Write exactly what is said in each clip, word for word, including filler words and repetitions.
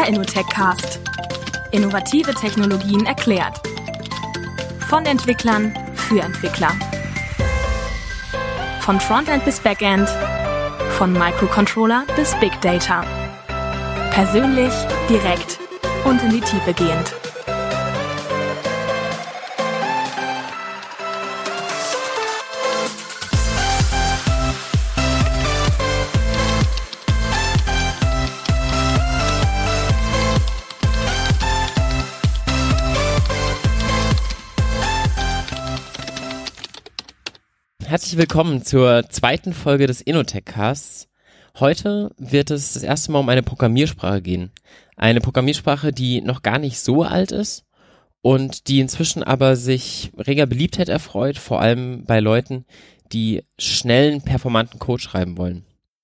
Der InnoTech-Cast. Innovative Technologien erklärt. Von Entwicklern für Entwickler. Von Frontend bis Backend. Von Microcontroller bis Big Data. Persönlich, direkt und in die Tiefe gehend. Herzlich willkommen zur zweiten Folge des InnoTech-Casts. Heute wird es das erste Mal um eine Programmiersprache gehen. Eine Programmiersprache, die noch gar nicht so alt ist und die inzwischen aber sich reger Beliebtheit erfreut, vor allem bei Leuten, die schnellen, performanten Code schreiben wollen.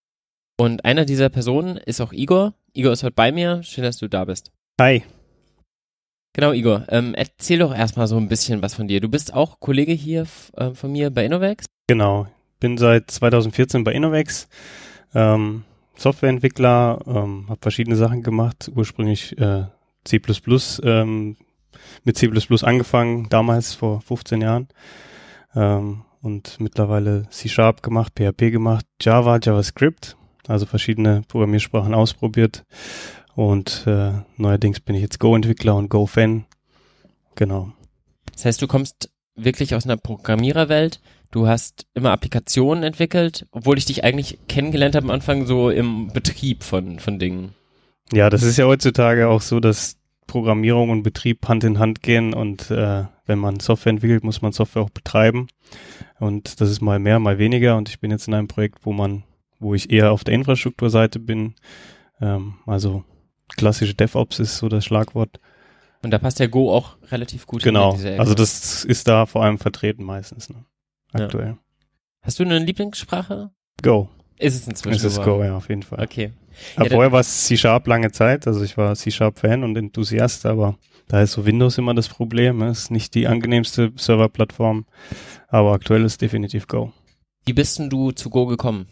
Und einer dieser Personen ist auch Igor. Igor ist heute bei mir. Schön, dass du da bist. Hi. Genau, Igor. Ähm, erzähl doch erstmal so ein bisschen was von dir. Du bist auch Kollege hier äh, von mir bei Innovex. Genau. Bin seit zweitausendvierzehn bei Innovex. Ähm, Softwareentwickler, ähm, habe verschiedene Sachen gemacht. Ursprünglich äh, C plus plus, ähm, mit C plus plus angefangen, damals vor fünfzehn Jahren. Ähm, und mittlerweile C-Sharp gemacht, P H P gemacht, Java, JavaScript, also verschiedene Programmiersprachen ausprobiert. Und äh, neuerdings bin ich jetzt Go-Entwickler und Go-Fan. Genau. Das heißt, du kommst wirklich aus einer Programmiererwelt. Du hast immer Applikationen entwickelt, obwohl ich dich eigentlich kennengelernt habe am Anfang so im Betrieb von, von Dingen. Ja, das ist ja heutzutage auch so, dass Programmierung und Betrieb Hand in Hand gehen. Und äh, wenn man Software entwickelt, muss man Software auch betreiben. Und das ist mal mehr, mal weniger. Und ich bin jetzt in einem Projekt, wo man, wo ich eher auf der Infrastrukturseite bin. Ähm, also klassische DevOps ist so das Schlagwort. Und da passt der Go auch relativ gut genau. in diese Ecke. Also das ist da vor allem vertreten meistens, ne? Aktuell. Ja. Hast du eine Lieblingssprache? Go. Ist es inzwischen Es ist geworden? Go, ja, auf jeden Fall. Okay. Aber Ja, vorher war es C-Sharp lange Zeit, also ich war C-Sharp-Fan und Enthusiast, aber da ist so Windows immer das Problem, ne? Ist nicht die angenehmste Serverplattform, aber aktuell ist definitiv Go. Wie bist denn du zu Go gekommen?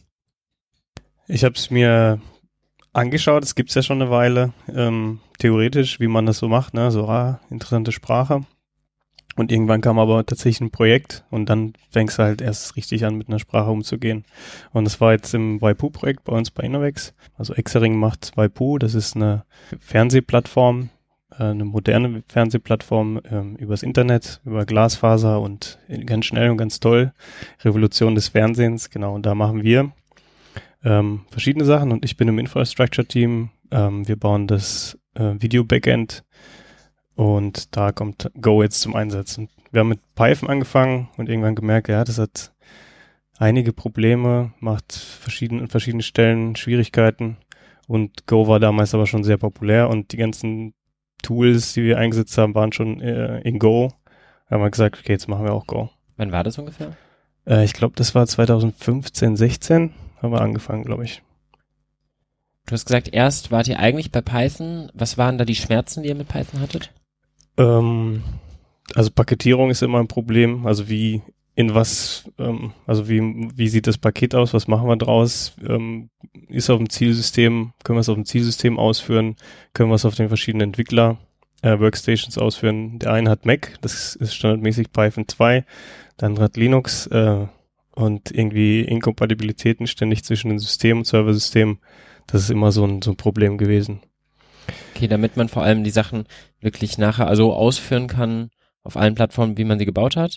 Ich habe es mir angeschaut, es gibt's ja schon eine Weile, ähm, theoretisch, wie man das so macht, ne, so, ah, interessante Sprache. Und irgendwann kam aber tatsächlich ein Projekt und dann fängst du halt erst richtig an, mit einer Sprache umzugehen. Und das war jetzt im Waipu-Projekt bei uns bei Innovex. Also Exaring macht Waipu, das ist eine Fernsehplattform, äh, eine moderne Fernsehplattform ähm, übers Internet, über Glasfaser und ganz schnell und ganz toll. Revolution des Fernsehens, genau, und da machen wir Ähm, verschiedene Sachen und ich bin im Infrastructure-Team. Ähm, wir bauen das äh, Video-Backend und da kommt Go jetzt zum Einsatz. Und wir haben mit Python angefangen und irgendwann gemerkt, ja, das hat einige Probleme, macht verschiedene, an verschiedenen Stellen Schwierigkeiten und Go war damals aber schon sehr populär und die ganzen Tools, die wir eingesetzt haben, waren schon äh, in Go. Da haben wir gesagt, okay, jetzt machen wir auch Go. Wann war das ungefähr? Äh, ich glaube, das war zweitausendfünfzehn, sechzehn. Haben wir angefangen, glaube ich. Du hast gesagt, erst wart ihr eigentlich bei Python. Was waren da die Schmerzen, die ihr mit Python hattet? Ähm, also Paketierung ist immer ein Problem. Also wie, in was, ähm, also wie, wie sieht das Paket aus? Was machen wir draus? Ähm, ist auf dem Zielsystem, können wir es auf dem Zielsystem ausführen? Können wir es auf den verschiedenen Entwickler, äh, Workstations ausführen? Der eine hat Mac, das ist standardmäßig Python zwei. Der andere hat Linux, äh, und irgendwie Inkompatibilitäten ständig zwischen den Systemen und Serversystemen, das ist immer so ein, so ein Problem gewesen. Okay, damit man vor allem die Sachen wirklich nachher also ausführen kann auf allen Plattformen, wie man sie gebaut hat?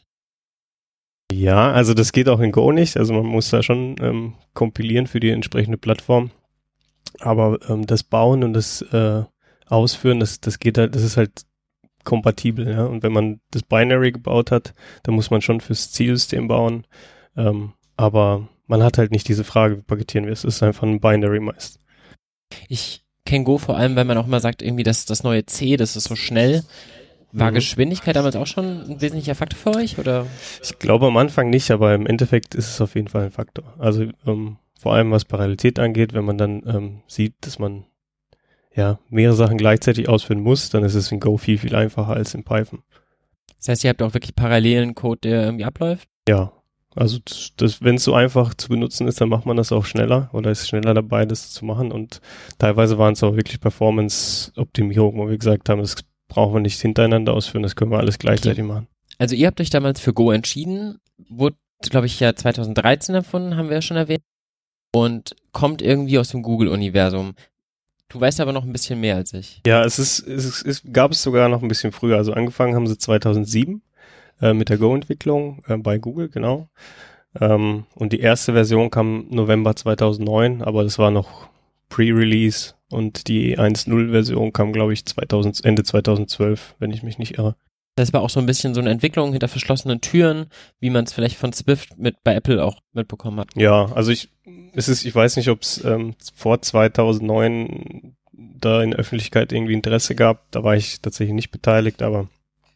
Ja, also das geht auch in Go nicht, also man muss da schon ähm, kompilieren für die entsprechende Plattform, aber ähm, das Bauen und das äh, Ausführen, das, das geht halt, das ist halt kompatibel, ja, und wenn man das Binary gebaut hat, dann muss man schon fürs Zielsystem bauen. Ähm, aber man hat halt nicht diese Frage, wie paketieren wir es. Es ist einfach ein Binary meist. Ich kenne Go vor allem, weil man auch immer sagt, irgendwie das, das neue C, das ist so schnell. War mhm. Geschwindigkeit damals auch schon ein wesentlicher Faktor für euch, oder? Ich glaube am Anfang nicht, aber im Endeffekt ist es auf jeden Fall ein Faktor. Also ähm, vor allem was Parallelität angeht, wenn man dann ähm, sieht, dass man ja mehrere Sachen gleichzeitig ausführen muss, dann ist es in Go viel, viel einfacher als in Python. Das heißt, ihr habt auch wirklich parallelen Code, der irgendwie abläuft? Ja. Also das, das, wenn es so einfach zu benutzen ist, dann macht man das auch schneller oder ist schneller dabei, das zu machen. Und teilweise waren es auch wirklich Performance-Optimierung, wo wir gesagt haben, das brauchen wir nicht hintereinander ausführen, das können wir alles gleichzeitig okay. machen. Also ihr habt euch damals für Go entschieden, wurde, glaube ich, ja zwanzig dreizehn erfunden, haben wir ja schon erwähnt, und kommt irgendwie aus dem Google-Universum. Du weißt aber noch ein bisschen mehr als ich. Ja, es ist, es ist, es gab es sogar noch ein bisschen früher. Also angefangen haben sie zweitausendsieben äh, mit der Go-Entwicklung äh, bei Google, genau. Ähm, und die erste Version kam November zweitausendneun, aber das war noch Pre-Release, und die eins Punkt null Version kam, glaube ich, zweitausend, Ende zweitausendzwölf, wenn ich mich nicht irre. Das war auch so ein bisschen so eine Entwicklung hinter verschlossenen Türen, wie man es vielleicht von Swift mit bei Apple auch mitbekommen hat. Ja, also ich, es ist, ich weiß nicht, ob es ähm, vor zweitausendneun da in der Öffentlichkeit irgendwie Interesse gab. Da war ich tatsächlich nicht beteiligt, aber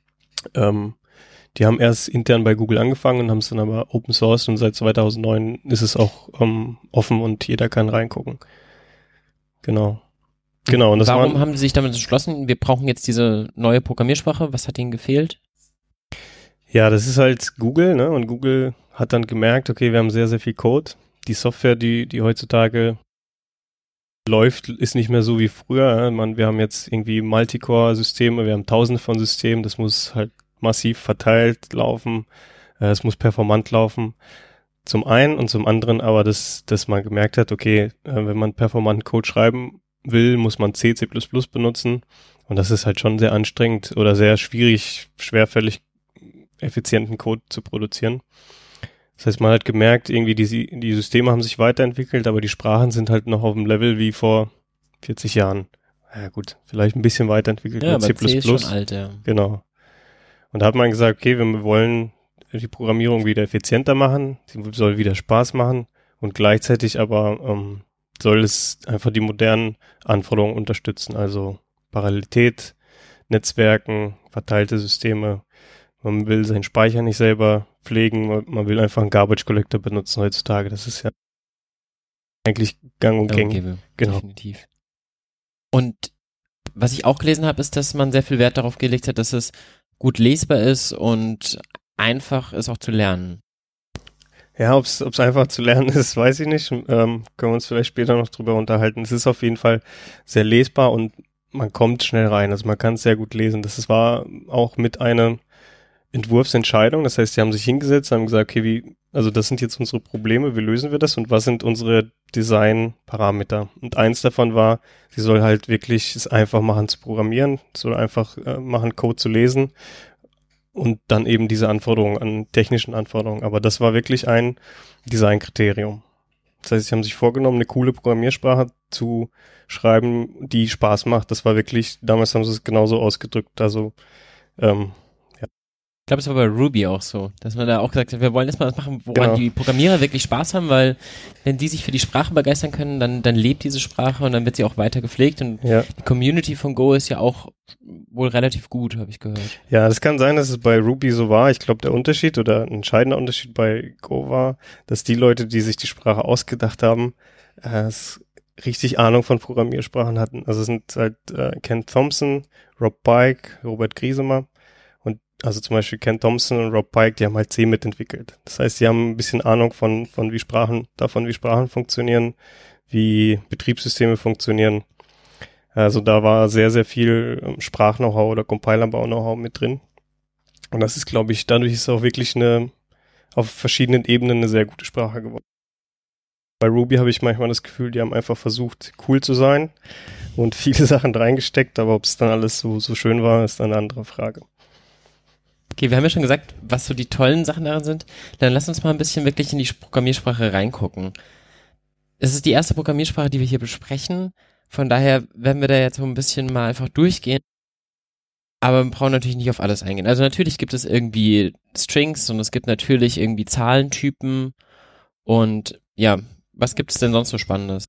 ähm, die haben erst intern bei Google angefangen und haben es dann aber Open Source, und seit zweitausendneun ist es auch ähm, offen und jeder kann reingucken. Genau. Genau. Und das Warum waren, haben sie sich damit entschlossen, wir brauchen jetzt diese neue Programmiersprache? Was hat ihnen gefehlt? Ja, das ist halt Google, ne? Und Google hat dann gemerkt, okay, wir haben sehr, sehr viel Code. Die Software, die, die heutzutage läuft, ist nicht mehr so wie früher. Ja? Man, wir haben jetzt irgendwie Multicore-Systeme, wir haben tausende von Systemen, das muss halt massiv verteilt laufen, äh, es muss performant laufen. Zum einen und zum anderen aber, dass, dass man gemerkt hat, okay, äh, wenn man performanten Code schreiben will, muss man C, C plus plus benutzen, und das ist halt schon sehr anstrengend oder sehr schwierig, schwerfällig effizienten Code zu produzieren. Das heißt, man hat gemerkt, irgendwie die, die Systeme haben sich weiterentwickelt, aber die Sprachen sind halt noch auf dem Level wie vor vierzig Jahren. Ja gut, vielleicht ein bisschen weiterentwickelt ja, mit C plus plus. C ist schon alt, ja. Genau. Und da hat man gesagt, okay, wir wollen die Programmierung wieder effizienter machen, sie soll wieder Spaß machen, und gleichzeitig aber ähm, soll es einfach die modernen Anforderungen unterstützen, also Parallelität, Netzwerken, verteilte Systeme. Man will seinen Speicher nicht selber pflegen, man will einfach einen Garbage Collector benutzen heutzutage. Das ist ja eigentlich gang und gängig. Genau. Definitiv. Und was ich auch gelesen habe, ist, dass man sehr viel Wert darauf gelegt hat, dass es gut lesbar ist und einfach ist auch zu lernen. Ja, ob es einfach zu lernen ist, weiß ich nicht. Ähm, können wir uns vielleicht später noch drüber unterhalten. Es ist auf jeden Fall sehr lesbar und man kommt schnell rein. Also man kann es sehr gut lesen. Das war auch mit einer Entwurfsentscheidung. Das heißt, sie haben sich hingesetzt, haben gesagt, okay, wie, also das sind jetzt unsere Probleme, wie lösen wir das und was sind unsere Design-Parameter? Und eins davon war, sie soll halt wirklich es einfach machen zu programmieren, soll einfach äh, machen, Code zu lesen. Und dann eben diese Anforderungen an technischen Anforderungen. Aber das war wirklich ein Designkriterium. Das heißt, sie haben sich vorgenommen, eine coole Programmiersprache zu schreiben, die Spaß macht. Das war wirklich, damals haben sie es genauso ausgedrückt. Also, ähm, ja. Ich glaube, es war bei Ruby auch so, dass man da auch gesagt hat, wir wollen erstmal was machen, woran Genau. die Programmierer wirklich Spaß haben, weil wenn die sich für die Sprache begeistern können, dann, dann lebt diese Sprache und dann wird sie auch weiter gepflegt. Und Ja. die Community von Go ist ja auch wohl relativ gut, habe ich gehört. Ja, es kann sein, dass es bei Ruby so war. Ich glaube, der Unterschied oder ein entscheidender Unterschied bei Go war, dass die Leute, die sich die Sprache ausgedacht haben, äh, es richtig Ahnung von Programmiersprachen hatten. Also es sind halt äh, Ken Thompson, Rob Pike, Robert Griesemer. Und also zum Beispiel Ken Thompson und Rob Pike, die haben halt C mitentwickelt. Das heißt, die haben ein bisschen Ahnung von, von wie Sprachen, davon wie Sprachen funktionieren, wie Betriebssysteme funktionieren. Also da war sehr, sehr viel ähm, Sprach-Know-how oder Compiler-Bau-Know-how mit drin. Und das ist, glaube ich, dadurch ist es auch wirklich eine, auf verschiedenen Ebenen eine sehr gute Sprache geworden. Bei Ruby habe ich manchmal das Gefühl, die haben einfach versucht, cool zu sein und viele Sachen reingesteckt, aber ob es dann alles so, so schön war, ist eine andere Frage. Okay, wir haben ja schon gesagt, was so die tollen Sachen daran sind. Dann lass uns mal ein bisschen wirklich in die Programmiersprache reingucken. Es ist die erste Programmiersprache, die wir hier besprechen. Von daher werden wir da jetzt so ein bisschen mal einfach durchgehen. Aber wir brauchen natürlich nicht auf alles eingehen. Also natürlich gibt es irgendwie Strings und es gibt natürlich irgendwie Zahlentypen. Und ja, was gibt es denn sonst so Spannendes?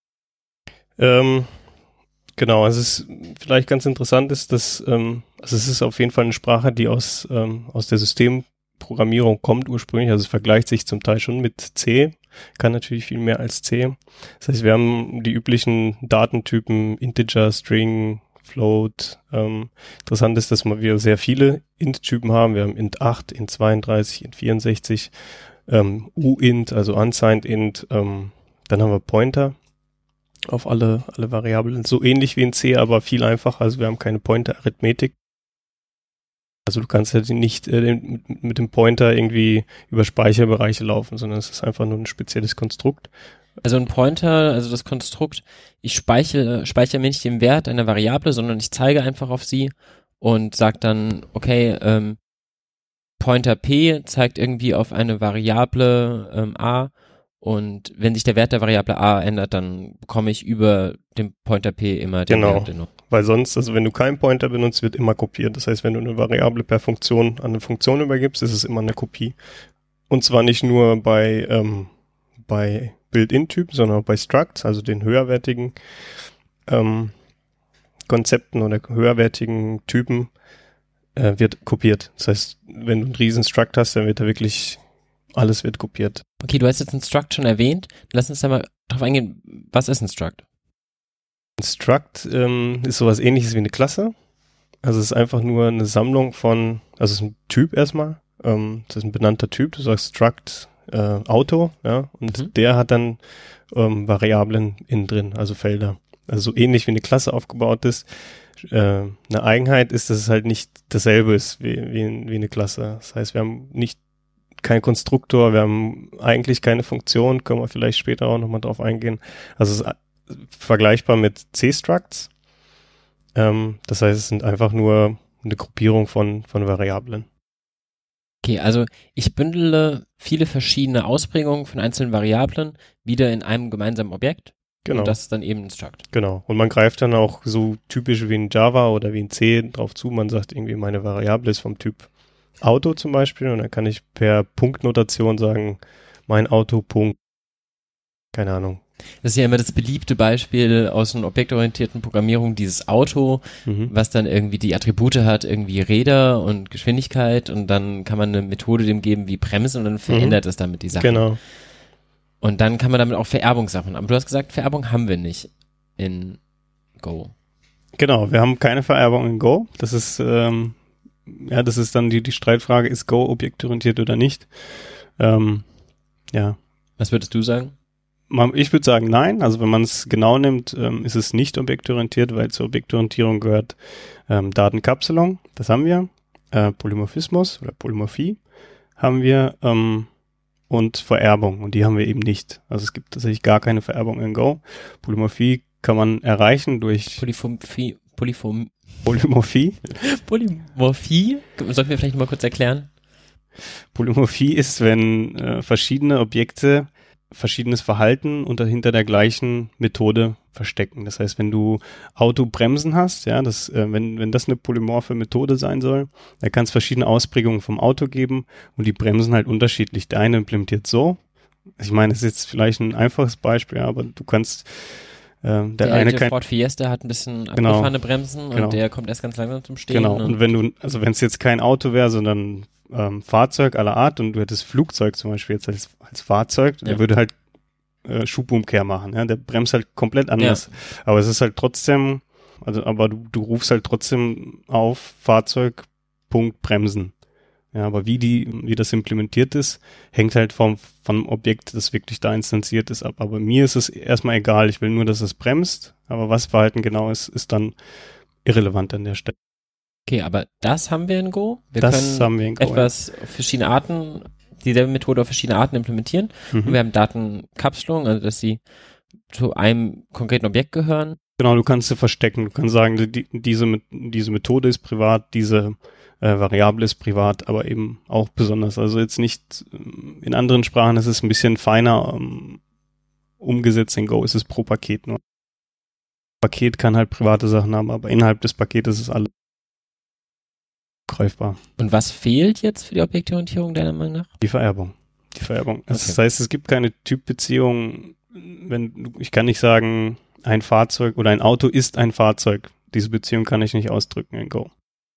Ähm, genau, also es ist vielleicht ganz interessant ist, dass, ähm, also es ist auf jeden Fall eine Sprache, die aus, ähm, aus der Systemprogrammierung kommt ursprünglich. Also es vergleicht sich zum Teil schon mit C. Kann natürlich viel mehr als C. Das heißt, wir haben die üblichen Datentypen Integer, String, Float. Ähm, interessant ist, dass wir sehr viele Int-Typen haben. Wir haben Int acht, Int zweiunddreißig, Int vierundsechzig. ähm, uint, also unsigned int, ähm, dann haben wir Pointer auf alle, alle Variablen. So ähnlich wie in C, aber viel einfacher. Also wir haben keine Pointer-Arithmetik. Also du kannst ja nicht äh, mit, mit dem Pointer irgendwie über Speicherbereiche laufen, sondern es ist einfach nur ein spezielles Konstrukt. Also ein Pointer, also das Konstrukt, ich speichere, speichere mir nicht den Wert einer Variable, sondern ich zeige einfach auf sie und sage dann, okay, ähm, Pointer P zeigt irgendwie auf eine Variable ähm, A und wenn sich der Wert der Variable A ändert, dann bekomme ich über den Pointer P immer den Genau. Wert noch. Weil sonst, also wenn du keinen Pointer benutzt, wird immer kopiert. Das heißt, wenn du eine Variable per Funktion an eine Funktion übergibst, ist es immer eine Kopie. Und zwar nicht nur bei, ähm, bei Built-in-Typen, sondern auch bei Structs, also den höherwertigen ähm, Konzepten oder höherwertigen Typen äh, wird kopiert. Das heißt, wenn du einen riesen Struct hast, dann wird da wirklich alles wird kopiert. Okay, du hast jetzt ein Struct schon erwähnt. Lass uns da mal drauf eingehen. Was ist ein Struct? Ein Struct ähm, ist sowas ähnliches wie eine Klasse. Also es ist einfach nur eine Sammlung von, also es ist ein Typ erstmal. Ähm, das ist ein benannter Typ. Du sagst Struct äh, Auto, ja, und mhm. der hat dann ähm, Variablen innen drin, also Felder. Also so ähnlich wie eine Klasse aufgebaut ist. Äh, eine Eigenheit ist, dass es halt nicht dasselbe ist wie, wie, wie eine Klasse. Das heißt, wir haben nicht kein Konstruktor, wir haben eigentlich keine Funktion, können wir vielleicht später auch nochmal drauf eingehen. Also es ist vergleichbar mit C-Structs. Ähm, das heißt, es sind einfach nur eine Gruppierung von, von Variablen. Okay, also ich bündele viele verschiedene Ausprägungen von einzelnen Variablen wieder in einem gemeinsamen Objekt. Genau. Und das ist dann eben ein Struct. Genau. Und man greift dann auch so typisch wie in Java oder wie in C drauf zu. Man sagt irgendwie, meine Variable ist vom Typ Auto zum Beispiel. Und dann kann ich per Punktnotation sagen, mein Auto Punkt. Keine Ahnung. Das ist ja immer das beliebte Beispiel aus einer objektorientierten Programmierung, dieses Auto, mhm. was dann irgendwie die Attribute hat, irgendwie Räder und Geschwindigkeit und dann kann man eine Methode dem geben wie Bremsen und dann verändert mhm. es damit die Sachen. Genau. Und dann kann man damit auch Vererbungssachen. Aber du hast gesagt, Vererbung haben wir nicht in Go. Genau, wir haben keine Vererbung in Go. Das ist, ähm, ja, das ist dann die, die Streitfrage, ist Go objektorientiert oder nicht? Ähm, ja. Was würdest du sagen? Ich würde sagen, nein. Also wenn man es genau nimmt, ähm, ist es nicht objektorientiert, weil zur Objektorientierung gehört ähm, Datenkapselung, das haben wir, äh, Polymorphismus oder Polymorphie haben wir ähm, und Vererbung und die haben wir eben nicht. Also es gibt tatsächlich gar keine Vererbung in Go. Polymorphie kann man erreichen durch Polymorphie. Polyphom Polymorphie. Polymorphie? Sollten wir vielleicht mal kurz erklären? Polymorphie ist, wenn äh, verschiedene Objekte verschiedenes Verhalten unter hinter der gleichen Methode verstecken. Das heißt, wenn du Autobremsen hast, ja, das, äh, wenn wenn das eine polymorphe Methode sein soll, dann kann es verschiedene Ausprägungen vom Auto geben und die bremsen halt unterschiedlich. Der eine implementiert so. Ich meine, das ist jetzt vielleicht ein einfaches Beispiel, ja, aber du kannst äh, der, der eine der kein, Ford Fiesta hat ein bisschen genau, abgefahrene Bremsen und genau. der kommt erst ganz langsam zum Stehen. Genau. Und, und wenn du, also wenn es jetzt kein Auto wäre, sondern ähm, Fahrzeug aller Art und du hättest Flugzeug zum Beispiel jetzt als, als Fahrzeug, ja. der würde halt äh, Schubumkehr machen, ja, der bremst halt komplett anders. Ja. Aber es ist halt trotzdem, also aber du, du rufst halt trotzdem auf Fahrzeug Punkt bremsen. Ja, aber wie die, wie das implementiert ist, hängt halt vom, vom Objekt, das wirklich da instanziert ist, ab. Aber mir ist es erstmal egal, ich will nur, dass es bremst, aber was Verhalten genau ist, ist dann irrelevant an der Stelle. Okay, aber das haben wir in Go. Wir das können haben wir in Go, etwas ja. auf verschiedene Arten, dieselbe Methode auf verschiedene Arten implementieren. Mhm. Und wir haben Datenkapselung, also dass sie zu einem konkreten Objekt gehören. Genau, du kannst sie verstecken. Du kannst sagen, die, diese, diese Methode ist privat, diese äh, Variable ist privat, aber eben auch besonders. Also jetzt nicht, in anderen Sprachen ist es ein bisschen feiner um, umgesetzt. In Go ist es pro Paket nur. Paket kann halt private Sachen haben, aber innerhalb des Paketes ist alles greifbar. Und was fehlt jetzt für die Objektorientierung deiner Meinung nach? Die Vererbung. Die Vererbung. Okay. Das heißt, es gibt keine Typbeziehung. Wenn ich kann nicht sagen, ein Fahrzeug oder ein Auto ist ein Fahrzeug. Diese Beziehung kann ich nicht ausdrücken in Go.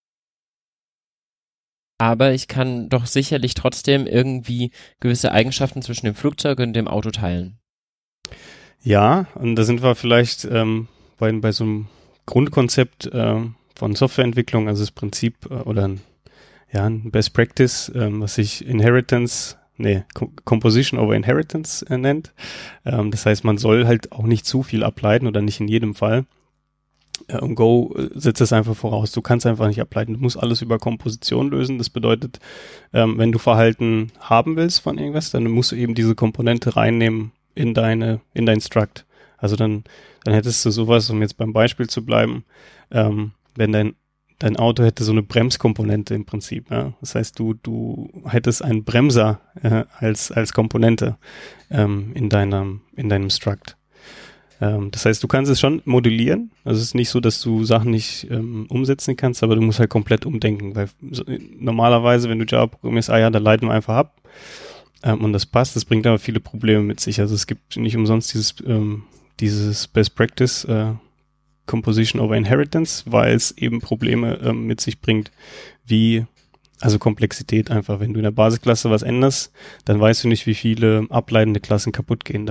Aber ich kann doch sicherlich trotzdem irgendwie gewisse Eigenschaften zwischen dem Flugzeug und dem Auto teilen. Ja, und da sind wir vielleicht ähm, bei, bei so einem Grundkonzept äh, von Softwareentwicklung, also das Prinzip äh, oder ein, ja, ein Best Practice, ähm, was sich Inheritance nee, Composition over Inheritance äh, nennt. Ähm, das heißt, man soll halt auch nicht zu viel ableiten oder nicht in jedem Fall. Äh, und Go äh, setzt das einfach voraus. Du kannst einfach nicht ableiten. Du musst alles über Komposition lösen. Das bedeutet, ähm, wenn du Verhalten haben willst von irgendwas, dann musst du eben diese Komponente reinnehmen in deine, in dein Struct. Also dann, dann hättest du sowas, um jetzt beim Beispiel zu bleiben, ähm, wenn dein Dein Auto hätte so eine Bremskomponente im Prinzip. Ja? Das heißt, du du hättest einen Bremser äh, als als Komponente ähm, in deinem in deinem Struct. Ähm, das heißt, du kannst es schon modellieren. Also es ist nicht so, dass du Sachen nicht ähm, umsetzen kannst, aber du musst halt komplett umdenken. Weil so, normalerweise, wenn du Java programmierst, ah ja, da leiten wir einfach ab ähm, und das passt. Das bringt aber viele Probleme mit sich. Also es gibt nicht umsonst dieses ähm, dieses Best Practice äh, Composition over Inheritance, weil es eben Probleme ähm, mit sich bringt, wie, also Komplexität einfach. Wenn du in der Basisklasse was änderst, dann weißt du nicht, wie viele ableitende Klassen kaputt gehen.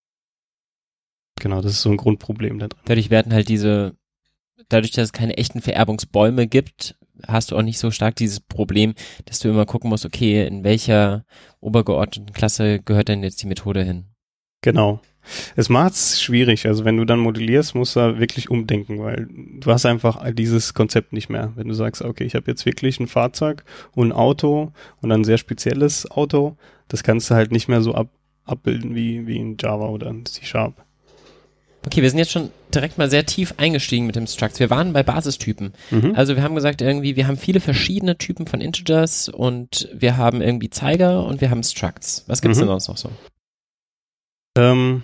Genau, das ist so ein Grundproblem da drin. Dadurch werden halt diese, dadurch, dass es keine echten Vererbungsbäume gibt, hast du auch nicht so stark dieses Problem, dass du immer gucken musst, okay, in welcher obergeordneten Klasse gehört denn jetzt die Methode hin? Genau. Es macht's schwierig. Also wenn du dann modellierst, musst du da wirklich umdenken, weil du hast einfach dieses Konzept nicht mehr. Wenn du sagst, okay, ich habe jetzt wirklich ein Fahrzeug und ein Auto und ein sehr spezielles Auto, das kannst du halt nicht mehr so ab, abbilden wie, wie in Java oder in C Sharp. Okay, wir sind jetzt schon direkt mal sehr tief eingestiegen mit dem Structs. Wir waren bei Basistypen. Mhm. Also wir haben gesagt irgendwie, wir haben viele verschiedene Typen von Integers und wir haben irgendwie Zeiger und wir haben Structs. Was gibt's mhm. denn sonst noch so? Ähm,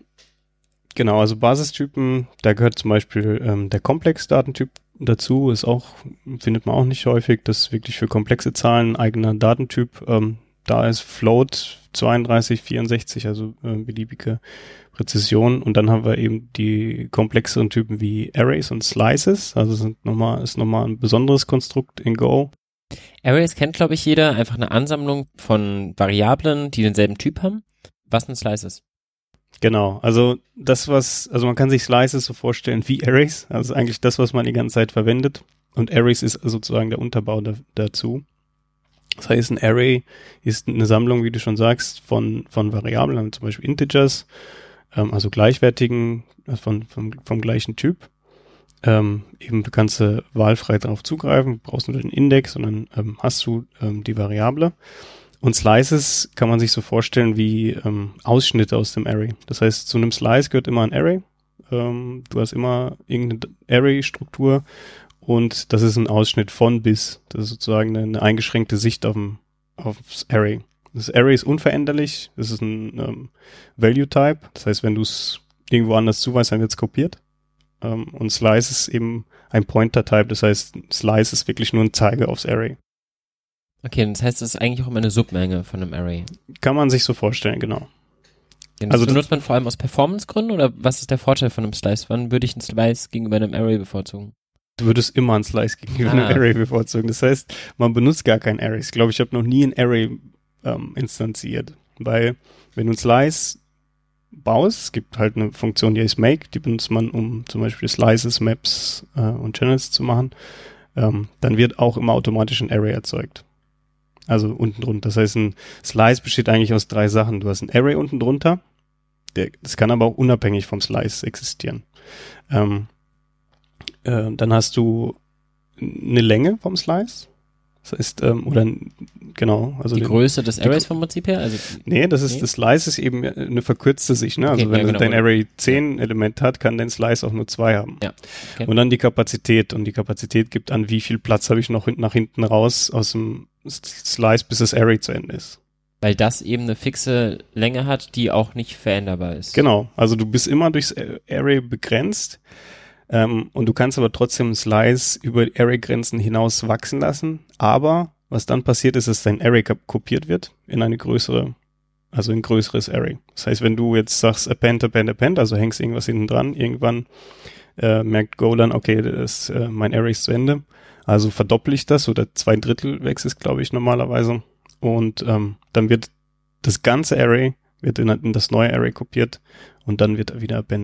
genau, also Basistypen, da gehört zum Beispiel ähm, der Komplex-Datentyp dazu, ist auch, findet man auch nicht häufig, das ist wirklich für komplexe Zahlen ein eigener Datentyp. Ähm, da ist Float zweiunddreißig, vierundsechzig, also äh, beliebige Präzision. Und dann haben wir eben die komplexeren Typen wie Arrays und Slices, also sind nochmal, ist nochmal ein besonderes Konstrukt in Go. Arrays kennt, glaube ich, jeder, einfach eine Ansammlung von Variablen, die denselben Typ haben. Was ein Slice ist? Genau, also das, was, also man kann sich Slices so vorstellen wie Arrays, also eigentlich das, was man die ganze Zeit verwendet, und Arrays ist sozusagen der Unterbau da, dazu. Das heißt, ein Array ist eine Sammlung, wie du schon sagst, von von Variablen, zum Beispiel Integers, ähm, also gleichwertigen, von, von vom gleichen Typ. Ähm, eben kannst du wahlfrei darauf zugreifen, brauchst nur den Index und dann ähm, hast du ähm, die Variable. Und Slices kann man sich so vorstellen wie ähm, Ausschnitte aus dem Array. Das heißt, zu einem Slice gehört immer ein Array. Ähm, du hast immer irgendeine Array-Struktur und das ist ein Ausschnitt von bis. Das ist sozusagen eine, eine eingeschränkte Sicht auf dem, aufs Array. Das Array ist unveränderlich. Das ist ein ähm, Value-Type. Das heißt, wenn du es irgendwo anders zuweist, dann wird es kopiert. Ähm, und Slice ist eben ein Pointer-Type. Das heißt, Slice ist wirklich nur ein Zeiger aufs Array. Okay, das heißt, es ist eigentlich auch immer eine Submenge von einem Array. Kann man sich so vorstellen, genau. Das also benutzt man vor allem aus Performance-Gründen oder was ist der Vorteil von einem Slice? Wann würde ich einen Slice gegenüber einem Array bevorzugen? Du würdest immer einen Slice gegenüber ah. einem Array bevorzugen. Das heißt, man benutzt gar kein Array. Ich glaube, ich habe noch nie ein Array ähm, instanziert, weil wenn du ein Slice baust, es gibt halt eine Funktion, die heißt Make, die benutzt man, um zum Beispiel Slices, Maps äh, und Channels zu machen, ähm, dann wird auch immer automatisch ein Array erzeugt. Also unten drunter. Das heißt, ein Slice besteht eigentlich aus drei Sachen. Du hast ein Array unten drunter. Der, das kann aber auch unabhängig vom Slice existieren. Ähm, äh, dann hast du eine Länge vom Slice. Das heißt, ähm, oder genau. Also die den, Größe des Arrays vom Prinzip her? Also, nee, das ist, nee. das Slice ist eben eine verkürzte Sicht. Ne? Also okay, wenn ja, genau, dein Array zehn ja. Elemente hat, kann dein Slice auch nur zwei haben. Ja. Okay. Und dann die Kapazität. Und die Kapazität gibt an, wie viel Platz habe ich noch nach hinten raus aus dem Slice, bis das Array zu Ende ist. Weil das eben eine fixe Länge hat, die auch nicht veränderbar ist. Genau, also du bist immer durchs Array begrenzt ähm, und du kannst aber trotzdem ein Slice über Array-Grenzen hinaus wachsen lassen, aber was dann passiert ist, dass dein Array kopiert wird in eine größere, also ein größeres Array. Das heißt, wenn du jetzt sagst append, append, append, also hängst irgendwas hinten dran, irgendwann äh, merkt Go dann, okay, das, äh, mein Array ist zu Ende. Also verdopple ich das oder zwei Drittel wächst es, glaube ich, normalerweise. Und ähm, dann wird das ganze Array wird in, in das neue Array kopiert und dann wird er wieder append.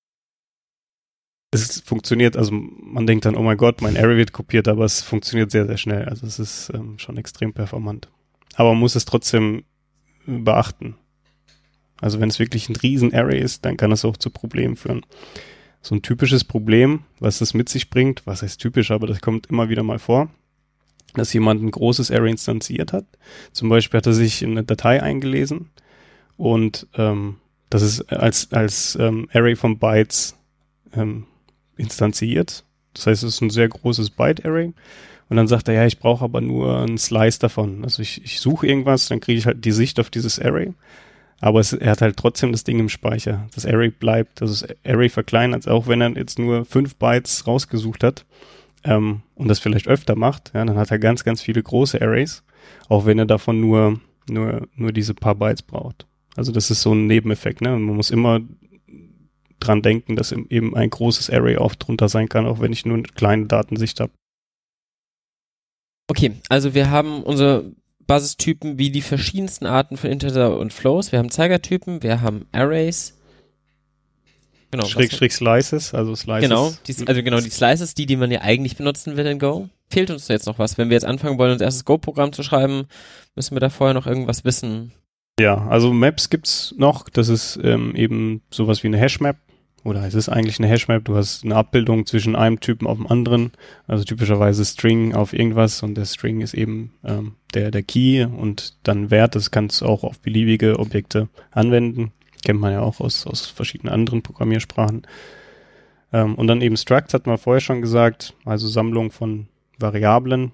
Es funktioniert, also man denkt dann, oh mein Gott, mein Array wird kopiert, aber es funktioniert sehr, sehr schnell. Also es ist ähm, schon extrem performant. Aber man muss es trotzdem beachten. Also wenn es wirklich ein riesen Array ist, dann kann es auch zu Problemen führen. So ein typisches Problem, was das mit sich bringt, was heißt typisch, aber das kommt immer wieder mal vor, dass jemand ein großes Array instanziert hat. Zum Beispiel hat er sich in eine Datei eingelesen und ähm, das ist als, als ähm, Array von Bytes ähm, instanziert. Das heißt, es ist ein sehr großes Byte-Array. Und dann sagt er, ja, ich brauche aber nur einen Slice davon. Also ich, ich suche irgendwas, dann kriege ich halt die Sicht auf dieses Array. Aber es, er hat halt trotzdem das Ding im Speicher. Das Array bleibt, also das Array verkleinert, auch wenn er jetzt nur fünf Bytes rausgesucht hat ähm, und das vielleicht öfter macht, ja, dann hat er ganz, ganz viele große Arrays, auch wenn er davon nur, nur, nur diese paar Bytes braucht. Also das ist so ein Nebeneffekt, ne? Und man muss immer dran denken, dass eben ein großes Array auch drunter sein kann, auch wenn ich nur eine kleine Datensicht habe. Okay, also wir haben unsere Basistypen wie die verschiedensten Arten von Integer und Flows. Wir haben Zeigertypen, wir haben Arrays. Genau, Schräg, Schräg Slices, also Slices. Genau, die, also genau die Slices, die, die man ja eigentlich benutzen will in Go. Fehlt uns da jetzt noch was? Wenn wir jetzt anfangen wollen, unser erstes Go-Programm zu schreiben, müssen wir da vorher noch irgendwas wissen? Ja, also Maps gibt's noch. Das ist ähm, eben sowas wie eine Hashmap. Oder es ist eigentlich eine Hashmap, du hast eine Abbildung zwischen einem Typen auf dem anderen, also typischerweise String auf irgendwas und der String ist eben ähm, der, der Key und dann Wert, das kannst du auch auf beliebige Objekte anwenden, kennt man ja auch aus, aus verschiedenen anderen Programmiersprachen. Ähm, und dann eben Structs, hat man vorher schon gesagt, also Sammlung von Variablen.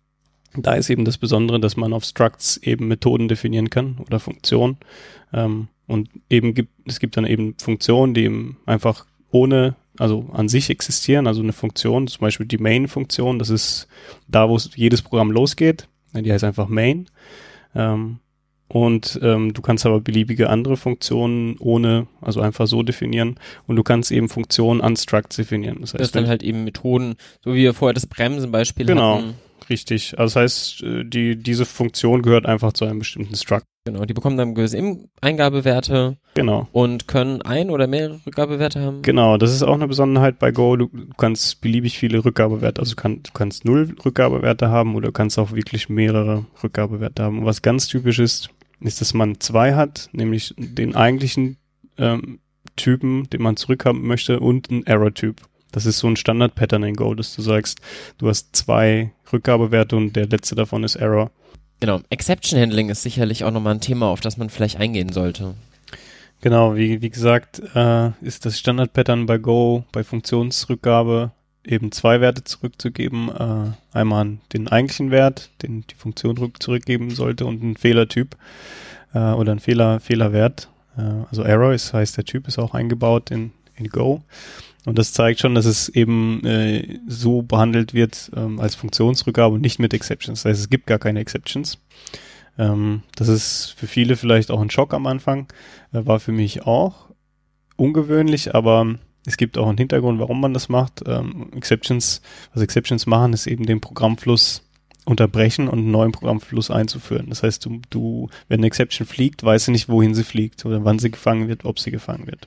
Da ist eben das Besondere, dass man auf Structs eben Methoden definieren kann oder Funktionen. Ähm, und eben gibt, es gibt dann eben Funktionen, die eben einfach ohne, also an sich existieren, also eine Funktion, zum Beispiel die Main-Funktion, das ist da, wo jedes Programm losgeht, die heißt einfach Main. Ähm, und ähm, du kannst aber beliebige andere Funktionen ohne, also einfach so definieren und du kannst eben Funktionen an Structs definieren. Das heißt, das dann halt eben Methoden, so wie wir vorher das Bremsen-Beispiel genau, hatten. Richtig. Also das heißt, die, diese Funktion gehört einfach zu einem bestimmten Struct. Genau, die bekommen dann gewisse Eingabewerte. Genau. Und können ein oder mehrere Rückgabewerte haben. Genau, das ist auch eine Besonderheit bei Go. Du kannst beliebig viele Rückgabewerte, also du, kann, du kannst null Rückgabewerte haben oder du kannst auch wirklich mehrere Rückgabewerte haben. Und was ganz typisch ist, ist, dass man zwei hat, nämlich den eigentlichen ähm, Typen, den man zurückhaben möchte und einen Error-Typ. Das ist so ein Standard-Pattern in Go, dass du sagst, du hast zwei Rückgabewerte und der letzte davon ist Error. Genau, Exception Handling ist sicherlich auch nochmal ein Thema, auf das man vielleicht eingehen sollte. Genau, wie, wie gesagt, äh, ist das Standard-Pattern bei Go, bei Funktionsrückgabe eben zwei Werte zurückzugeben. Äh, einmal den eigentlichen Wert, den die Funktion rück- zurückgeben sollte und einen Fehlertyp äh, oder einen Fehler, Fehlerwert. Äh, also Error ist, heißt, der Typ ist auch eingebaut in, in Go. Und das zeigt schon, dass es eben äh, so behandelt wird ähm, als Funktionsrückgabe und nicht mit Exceptions. Das heißt, es gibt gar keine Exceptions. Ähm, das ist für viele vielleicht auch ein Schock am Anfang. Äh, war für mich auch ungewöhnlich, aber es gibt auch einen Hintergrund, warum man das macht. Ähm, Exceptions, was Exceptions machen, ist eben den Programmfluss unterbrechen und einen neuen Programmfluss einzuführen. Das heißt, du, du, wenn eine Exception fliegt, weißt du nicht, wohin sie fliegt oder wann sie gefangen wird, ob sie gefangen wird.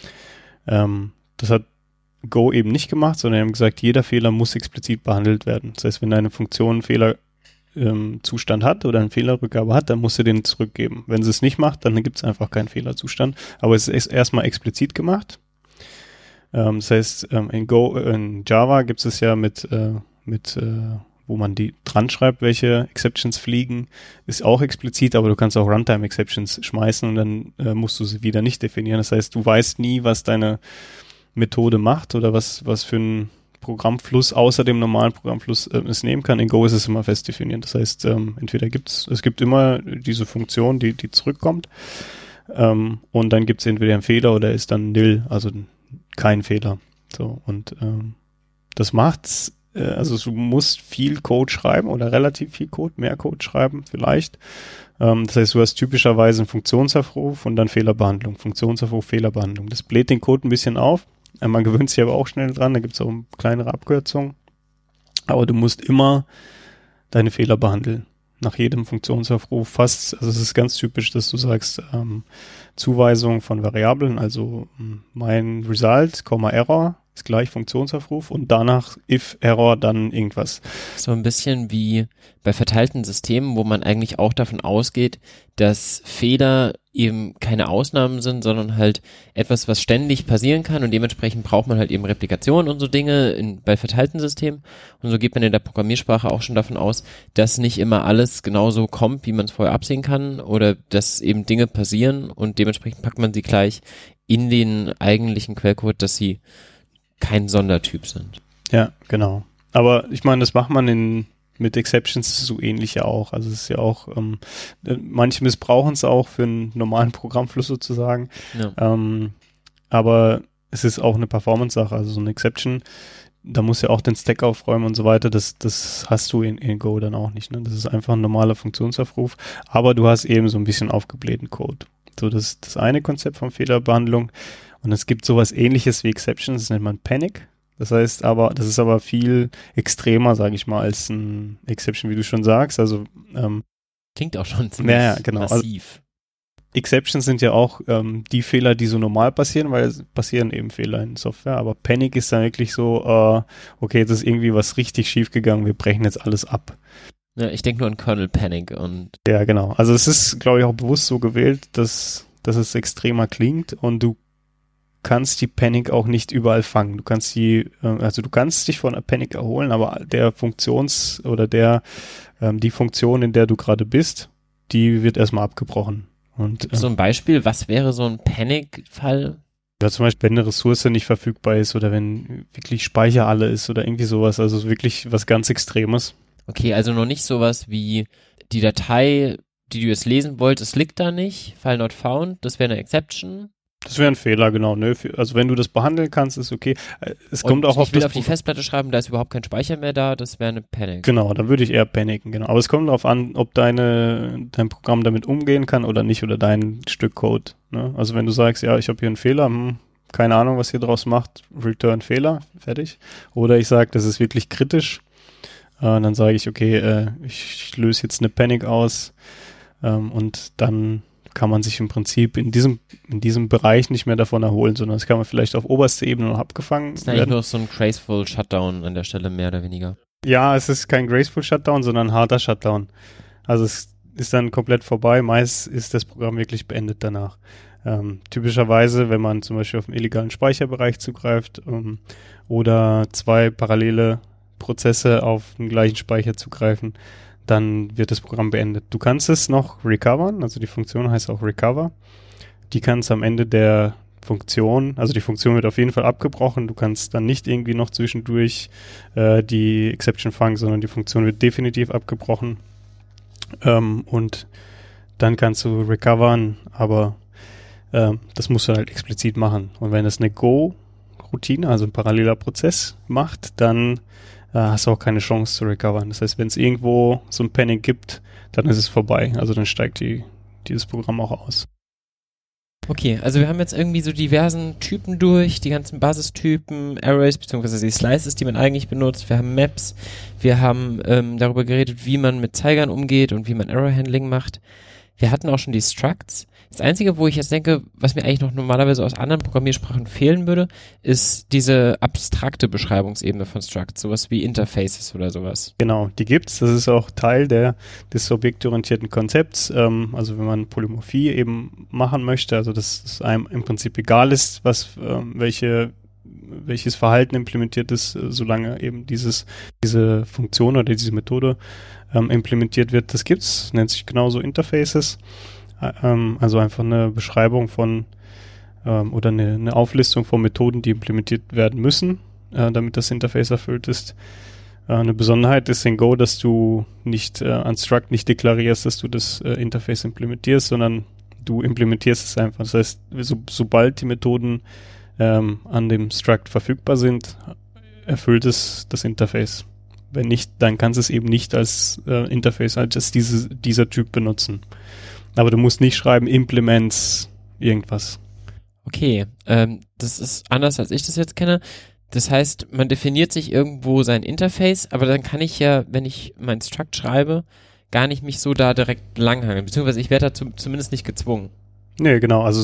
Ähm, das hat Go eben nicht gemacht, sondern haben gesagt, jeder Fehler muss explizit behandelt werden. Das heißt, wenn deine Funktion einen Fehlerzustand ähm, hat oder eine Fehlerrückgabe hat, dann musst du den zurückgeben. Wenn sie es nicht macht, dann gibt es einfach keinen Fehlerzustand. Aber es ist erstmal explizit gemacht. Ähm, das heißt, ähm, in Go, äh, in Java gibt es ja mit, äh, mit äh, wo man die dran schreibt, welche Exceptions fliegen, ist auch explizit, aber du kannst auch Runtime-Exceptions schmeißen und dann äh, musst du sie wieder nicht definieren. Das heißt, du weißt nie, was deine Methode macht oder was, was für ein Programmfluss außer dem normalen Programmfluss äh, es nehmen kann. In Go ist es immer fest definiert. Das heißt, ähm, entweder gibt's, es gibt immer diese Funktion, die, die zurückkommt, ähm, und dann gibt's entweder einen Fehler oder ist dann nil, also kein Fehler. So, und ähm, das macht's, äh, also du musst viel Code schreiben oder relativ viel Code, mehr Code schreiben vielleicht. Ähm, das heißt, du hast typischerweise einen Funktionsaufruf und dann Fehlerbehandlung. Funktionsaufruf, Fehlerbehandlung. Das bläht den Code ein bisschen auf. Man gewöhnt sich aber auch schnell dran, da gibt es auch kleinere Abkürzungen. Aber du musst immer deine Fehler behandeln. Nach jedem Funktionsaufruf fast, also es ist ganz typisch, dass du sagst, ähm, Zuweisung von Variablen, also mein Result, Error, ist gleich Funktionsaufruf und danach if Error dann irgendwas. So ein bisschen wie bei verteilten Systemen, wo man eigentlich auch davon ausgeht, dass Fehler eben keine Ausnahmen sind, sondern halt etwas, was ständig passieren kann und dementsprechend braucht man halt eben Replikation und so Dinge in, bei verteilten Systemen und so geht man in der Programmiersprache auch schon davon aus, dass nicht immer alles genauso kommt, wie man es vorher absehen kann oder dass eben Dinge passieren und dementsprechend packt man sie gleich in den eigentlichen Quellcode, dass sie kein Sondertyp sind. Ja, genau. Aber ich meine, das macht man in mit Exceptions so ähnlich ja auch. Also es ist ja auch, ähm, manche missbrauchen es auch für einen normalen Programmfluss sozusagen. Ja. Ähm, aber es ist auch eine Performance-Sache. Also so eine Exception, da muss ja auch den Stack aufräumen und so weiter. Das, das hast du in, in Go dann auch nicht. Ne? Das ist einfach ein normaler Funktionsaufruf. Aber du hast eben so ein bisschen aufgeblähten Code. So, das ist das eine Konzept von Fehlerbehandlung. Und es gibt sowas Ähnliches wie Exceptions, das nennt man Panic. Das heißt aber, das ist aber viel extremer, sage ich mal, als ein Exception, wie du schon sagst. Also ähm, klingt auch schon ziemlich ja, ja, genau. massiv. Also, Exceptions sind ja auch ähm, die Fehler, die so normal passieren, weil es passieren eben Fehler in Software. Aber Panic ist dann wirklich so, äh, okay, jetzt ist irgendwie was richtig schief gegangen, wir brechen jetzt alles ab. Ja, ich denke nur an Kernel Panic und ja, genau. Also es ist, glaube ich, auch bewusst so gewählt, dass, dass es extremer klingt und du kannst die Panic auch nicht überall fangen. Du kannst die, also du kannst dich von einer Panic erholen, aber der Funktions- oder der, ähm, die Funktion, in der du gerade bist, die wird erstmal abgebrochen. Und so ein Beispiel, was wäre so ein Panic-Fall? Ja, zum Beispiel, wenn eine Ressource nicht verfügbar ist oder wenn wirklich Speicher alle ist oder irgendwie sowas, also wirklich was ganz Extremes. Okay, also noch nicht sowas wie die Datei, die du jetzt lesen wolltest, liegt da nicht, File not found, das wäre eine Exception. Das wäre ein Fehler, genau. Ne? Also wenn du das behandeln kannst, ist okay. Es und kommt auch ich auf will das auf die Festplatte schreiben, da ist überhaupt kein Speicher mehr da, das wäre eine Panic. Genau, da würde ich eher paniken, genau. Aber es kommt darauf an, ob deine dein Programm damit umgehen kann oder nicht oder dein Stück Code. Ne? Also wenn du sagst, ja, ich habe hier einen Fehler, hm, keine Ahnung, was ihr draus macht, return Fehler, fertig. Oder ich sage, das ist wirklich kritisch, äh, dann sage ich, okay, äh, ich, ich löse jetzt eine Panic aus ähm, und dann kann man sich im Prinzip in diesem in diesem Bereich nicht mehr davon erholen, sondern das kann man vielleicht auf oberster Ebene noch abgefangen werden. Das ist eigentlich nur so ein graceful Shutdown an der Stelle, mehr oder weniger. Ja, es ist kein graceful Shutdown, sondern ein harter Shutdown. Also es ist dann komplett vorbei. Meist ist das Programm wirklich beendet danach. Ähm, typischerweise, wenn man zum Beispiel auf einen illegalen Speicherbereich zugreift ähm, oder zwei parallele Prozesse auf den gleichen Speicher zugreifen, dann wird das Programm beendet. Du kannst es noch recovern, also die Funktion heißt auch recover. Die kannst am Ende der Funktion, also die Funktion wird auf jeden Fall abgebrochen, du kannst dann nicht irgendwie noch zwischendurch äh, die Exception fangen, sondern die Funktion wird definitiv abgebrochen ähm, und dann kannst du recovern, aber ähm, das musst du halt explizit machen. Und wenn das eine Go-Routine, also ein paralleler Prozess macht, dann hast du auch keine Chance zu recovern. Das heißt, wenn es irgendwo so ein Panic gibt, dann ist es vorbei. Also dann steigt die, dieses Programm auch aus. Okay, also wir haben jetzt irgendwie so diversen Typen durch, die ganzen Basistypen, Arrays beziehungsweise die Slices, die man eigentlich benutzt. Wir haben Maps, wir haben ähm, darüber geredet, wie man mit Zeigern umgeht und wie man Error-Handling macht. Wir hatten auch schon die Structs. Das Einzige, wo ich jetzt denke, was mir eigentlich noch normalerweise aus anderen Programmiersprachen fehlen würde, ist diese abstrakte Beschreibungsebene von Structs, sowas wie Interfaces oder sowas. Genau, die gibt's. Das ist auch Teil der, des objektorientierten Konzepts. Ähm, also wenn man Polymorphie eben machen möchte, also dass es einem im Prinzip egal ist, was, ähm, welche welches Verhalten implementiert ist, solange eben dieses, diese Funktion oder diese Methode ähm, implementiert wird. Das gibt's, nennt sich genauso Interfaces. Ähm, also einfach eine Beschreibung von ähm, oder eine, eine Auflistung von Methoden, die implementiert werden müssen, äh, damit das Interface erfüllt ist. Äh, eine Besonderheit ist in Go, dass du nicht äh, an Struct nicht deklarierst, dass du das äh, Interface implementierst, sondern du implementierst es einfach. Das heißt, so, sobald die Methoden ähm, an dem Struct verfügbar sind, erfüllt es das Interface. Wenn nicht, dann kannst du es eben nicht als äh, Interface, als diese, dieser Typ benutzen. Aber du musst nicht schreiben, implements irgendwas. Okay, ähm, das ist anders, als ich das jetzt kenne. Das heißt, man definiert sich irgendwo sein Interface, aber dann kann ich ja, wenn ich mein Struct schreibe, gar nicht mich so da direkt langhangeln. Beziehungsweise ich werde dazu zumindest nicht gezwungen. Nee, genau. Also so,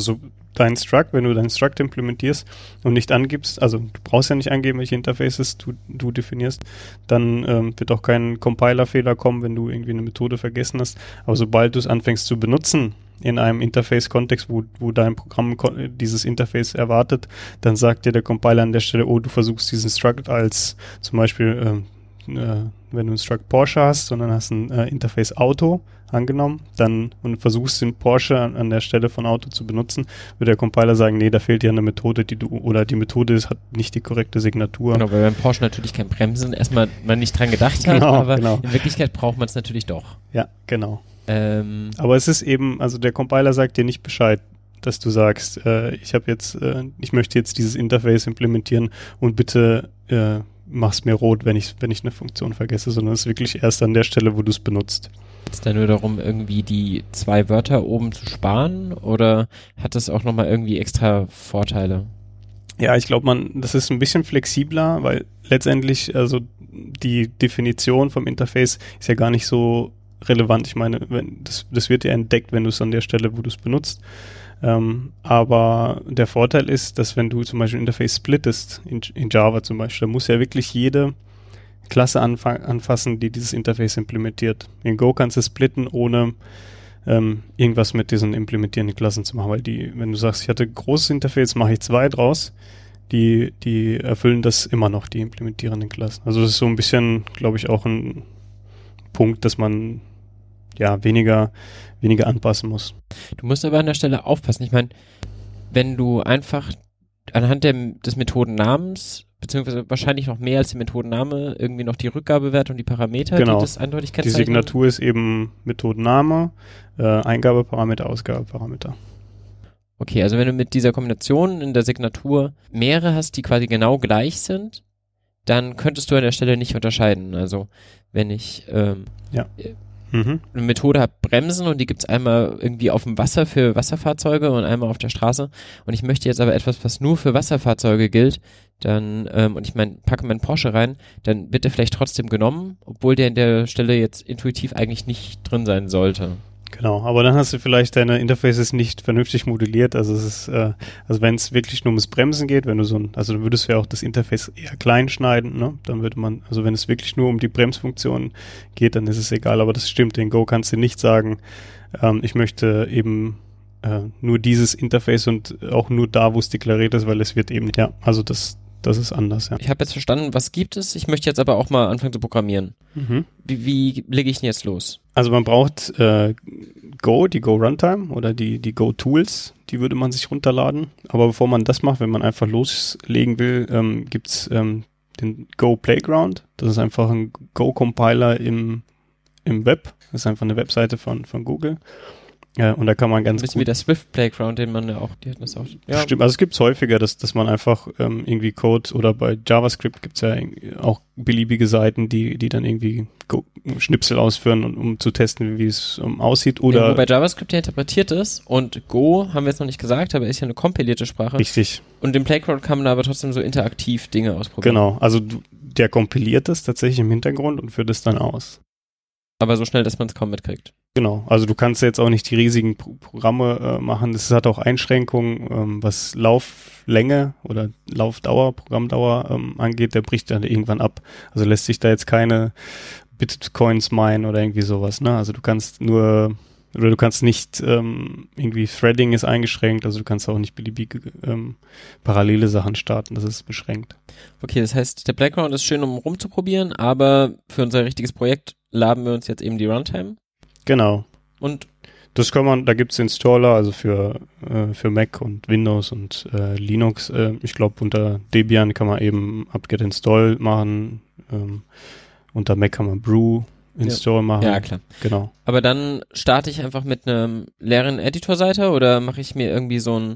dein Struct, wenn du dein Struct implementierst und nicht angibst, also du brauchst ja nicht angeben, welche Interfaces du, du definierst, dann ähm, wird auch kein Compiler-Fehler kommen, wenn du irgendwie eine Methode vergessen hast. Aber sobald du es anfängst zu benutzen in einem Interface-Kontext, wo, wo dein Programm dieses Interface erwartet, dann sagt dir der Compiler an der Stelle, oh, du versuchst diesen Struct als zum Beispiel, ähm, äh, wenn du einen Struct Porsche hast und dann hast du ein äh, Interface Auto angenommen, dann und versuchst den Porsche an, an der Stelle von Auto zu benutzen, wird der Compiler sagen, nee, da fehlt dir eine Methode, die du, oder die Methode ist, hat nicht die korrekte Signatur. Genau, weil beim Porsche natürlich kein Bremsen erstmal man nicht dran gedacht hat, genau, aber genau. in Wirklichkeit braucht man es natürlich doch. Ja, genau. Ähm, aber es ist eben, also der Compiler sagt dir nicht Bescheid, dass du sagst, äh, ich habe jetzt, äh, ich möchte jetzt dieses Interface implementieren und bitte äh, mach's mir rot, wenn ich, wenn ich eine Funktion vergesse, sondern es ist wirklich erst an der Stelle, wo du es benutzt. Geht es da nur darum, irgendwie die zwei Wörter oben zu sparen oder hat das auch nochmal irgendwie extra Vorteile? Ja, ich glaube, man, das ist ein bisschen flexibler, weil letztendlich, also die Definition vom Interface ist ja gar nicht so relevant. Ich meine, wenn, das, das wird ja entdeckt, wenn du es an der Stelle, wo du es benutzt. Ähm, aber der Vorteil ist, dass wenn du zum Beispiel ein Interface splittest, in, in Java zum Beispiel, dann muss ja wirklich jede Klasse anfa- anfassen, die dieses Interface implementiert. In Go kannst du splitten, ohne ähm, irgendwas mit diesen implementierenden Klassen zu machen, weil die, wenn du sagst, ich hatte ein großes Interface, mache ich zwei draus, die, die erfüllen das immer noch, die implementierenden Klassen. Also das ist so ein bisschen, glaube ich, auch ein Punkt, dass man ja weniger, weniger anpassen muss. Du musst aber an der Stelle aufpassen. Ich meine, wenn du einfach anhand der, des Methodennamens beziehungsweise wahrscheinlich noch mehr als der Methodenname irgendwie noch die Rückgabewerte und die Parameter, genau. die das eindeutig Die kennzeichnen. Signatur ist eben Methodenname, äh, Eingabeparameter, Ausgabeparameter. Okay, also wenn du mit dieser Kombination in der Signatur mehrere hast, die quasi genau gleich sind, dann könntest du an der Stelle nicht unterscheiden. Also wenn ich ähm, ja. Mhm. eine Methode habe, Bremsen, und die gibt's einmal irgendwie auf dem Wasser für Wasserfahrzeuge und einmal auf der Straße, und ich möchte jetzt aber etwas, was nur für Wasserfahrzeuge gilt, dann, ähm, und ich mein, packe meinen Porsche rein, dann wird der vielleicht trotzdem genommen, obwohl der in der Stelle jetzt intuitiv eigentlich nicht drin sein sollte. Genau, aber dann hast du vielleicht deine Interfaces nicht vernünftig modelliert, also es ist, äh, also wenn es wirklich nur ums Bremsen geht, wenn du so ein, also dann würdest du ja auch das Interface eher klein schneiden, ne, dann würde man, also wenn es wirklich nur um die Bremsfunktion geht, dann ist es egal, aber das stimmt, in Go kannst du nicht sagen, ähm, ich möchte eben äh, nur dieses Interface und auch nur da, wo es deklariert ist, weil es wird eben, ja, also das, das ist anders, ja. Ich habe jetzt verstanden, was gibt es, ich möchte jetzt aber auch mal anfangen zu programmieren. Mhm. Wie, wie lege ich denn jetzt los? Also man braucht äh, Go, die Go Runtime oder die, die Go Tools, die würde man sich runterladen. Aber bevor man das macht, wenn man einfach loslegen will, ähm, gibt's ähm, den Go Playground. Das ist einfach ein Go-Compiler im, im Web. Das ist einfach eine Webseite von, von Google. Ja, und da kann man ganz ein bisschen gut wie der Swift Playground, den man ja auch, die hatten das auch. Ja. Stimmt, also es gibt es häufiger, dass, dass man einfach ähm, irgendwie Code, oder bei JavaScript gibt es ja auch beliebige Seiten, die, die dann irgendwie Go- Schnipsel ausführen, um, um zu testen, wie es um, aussieht. Oder ja, wobei JavaScript ja interpretiert ist, und Go haben wir jetzt noch nicht gesagt, aber ist ja eine kompilierte Sprache. Richtig. Und im Playground kann man aber trotzdem so interaktiv Dinge ausprobieren. Genau, also du, der kompiliert das tatsächlich im Hintergrund und führt es dann aus. Aber so schnell, dass man es kaum mitkriegt. Genau, also du kannst jetzt auch nicht die riesigen Pro- Programme äh, machen. Das hat auch Einschränkungen, ähm, was Lauflänge oder Laufdauer, Programmdauer ähm, angeht. Der bricht dann irgendwann ab. Also lässt sich da jetzt keine Bitcoins minen oder irgendwie sowas. Ne? Also du kannst nur, oder du kannst nicht ähm, irgendwie Threading ist eingeschränkt. Also du kannst auch nicht beliebige ähm, parallele Sachen starten. Das ist beschränkt. Okay, das heißt, der Playground ist schön, um rumzuprobieren, aber für unser richtiges Projekt laden wir uns jetzt eben die Runtime. Genau. Und das kann man, da gibt's Installer, also für äh, für Mac und Windows und äh, Linux. Äh, ich glaube, unter Debian kann man eben apt-get install machen. Ähm, unter Mac kann man brew install ja. machen. Ja, klar. Genau. Aber dann starte ich einfach mit einem leeren Editorseite, oder mache ich mir irgendwie so ein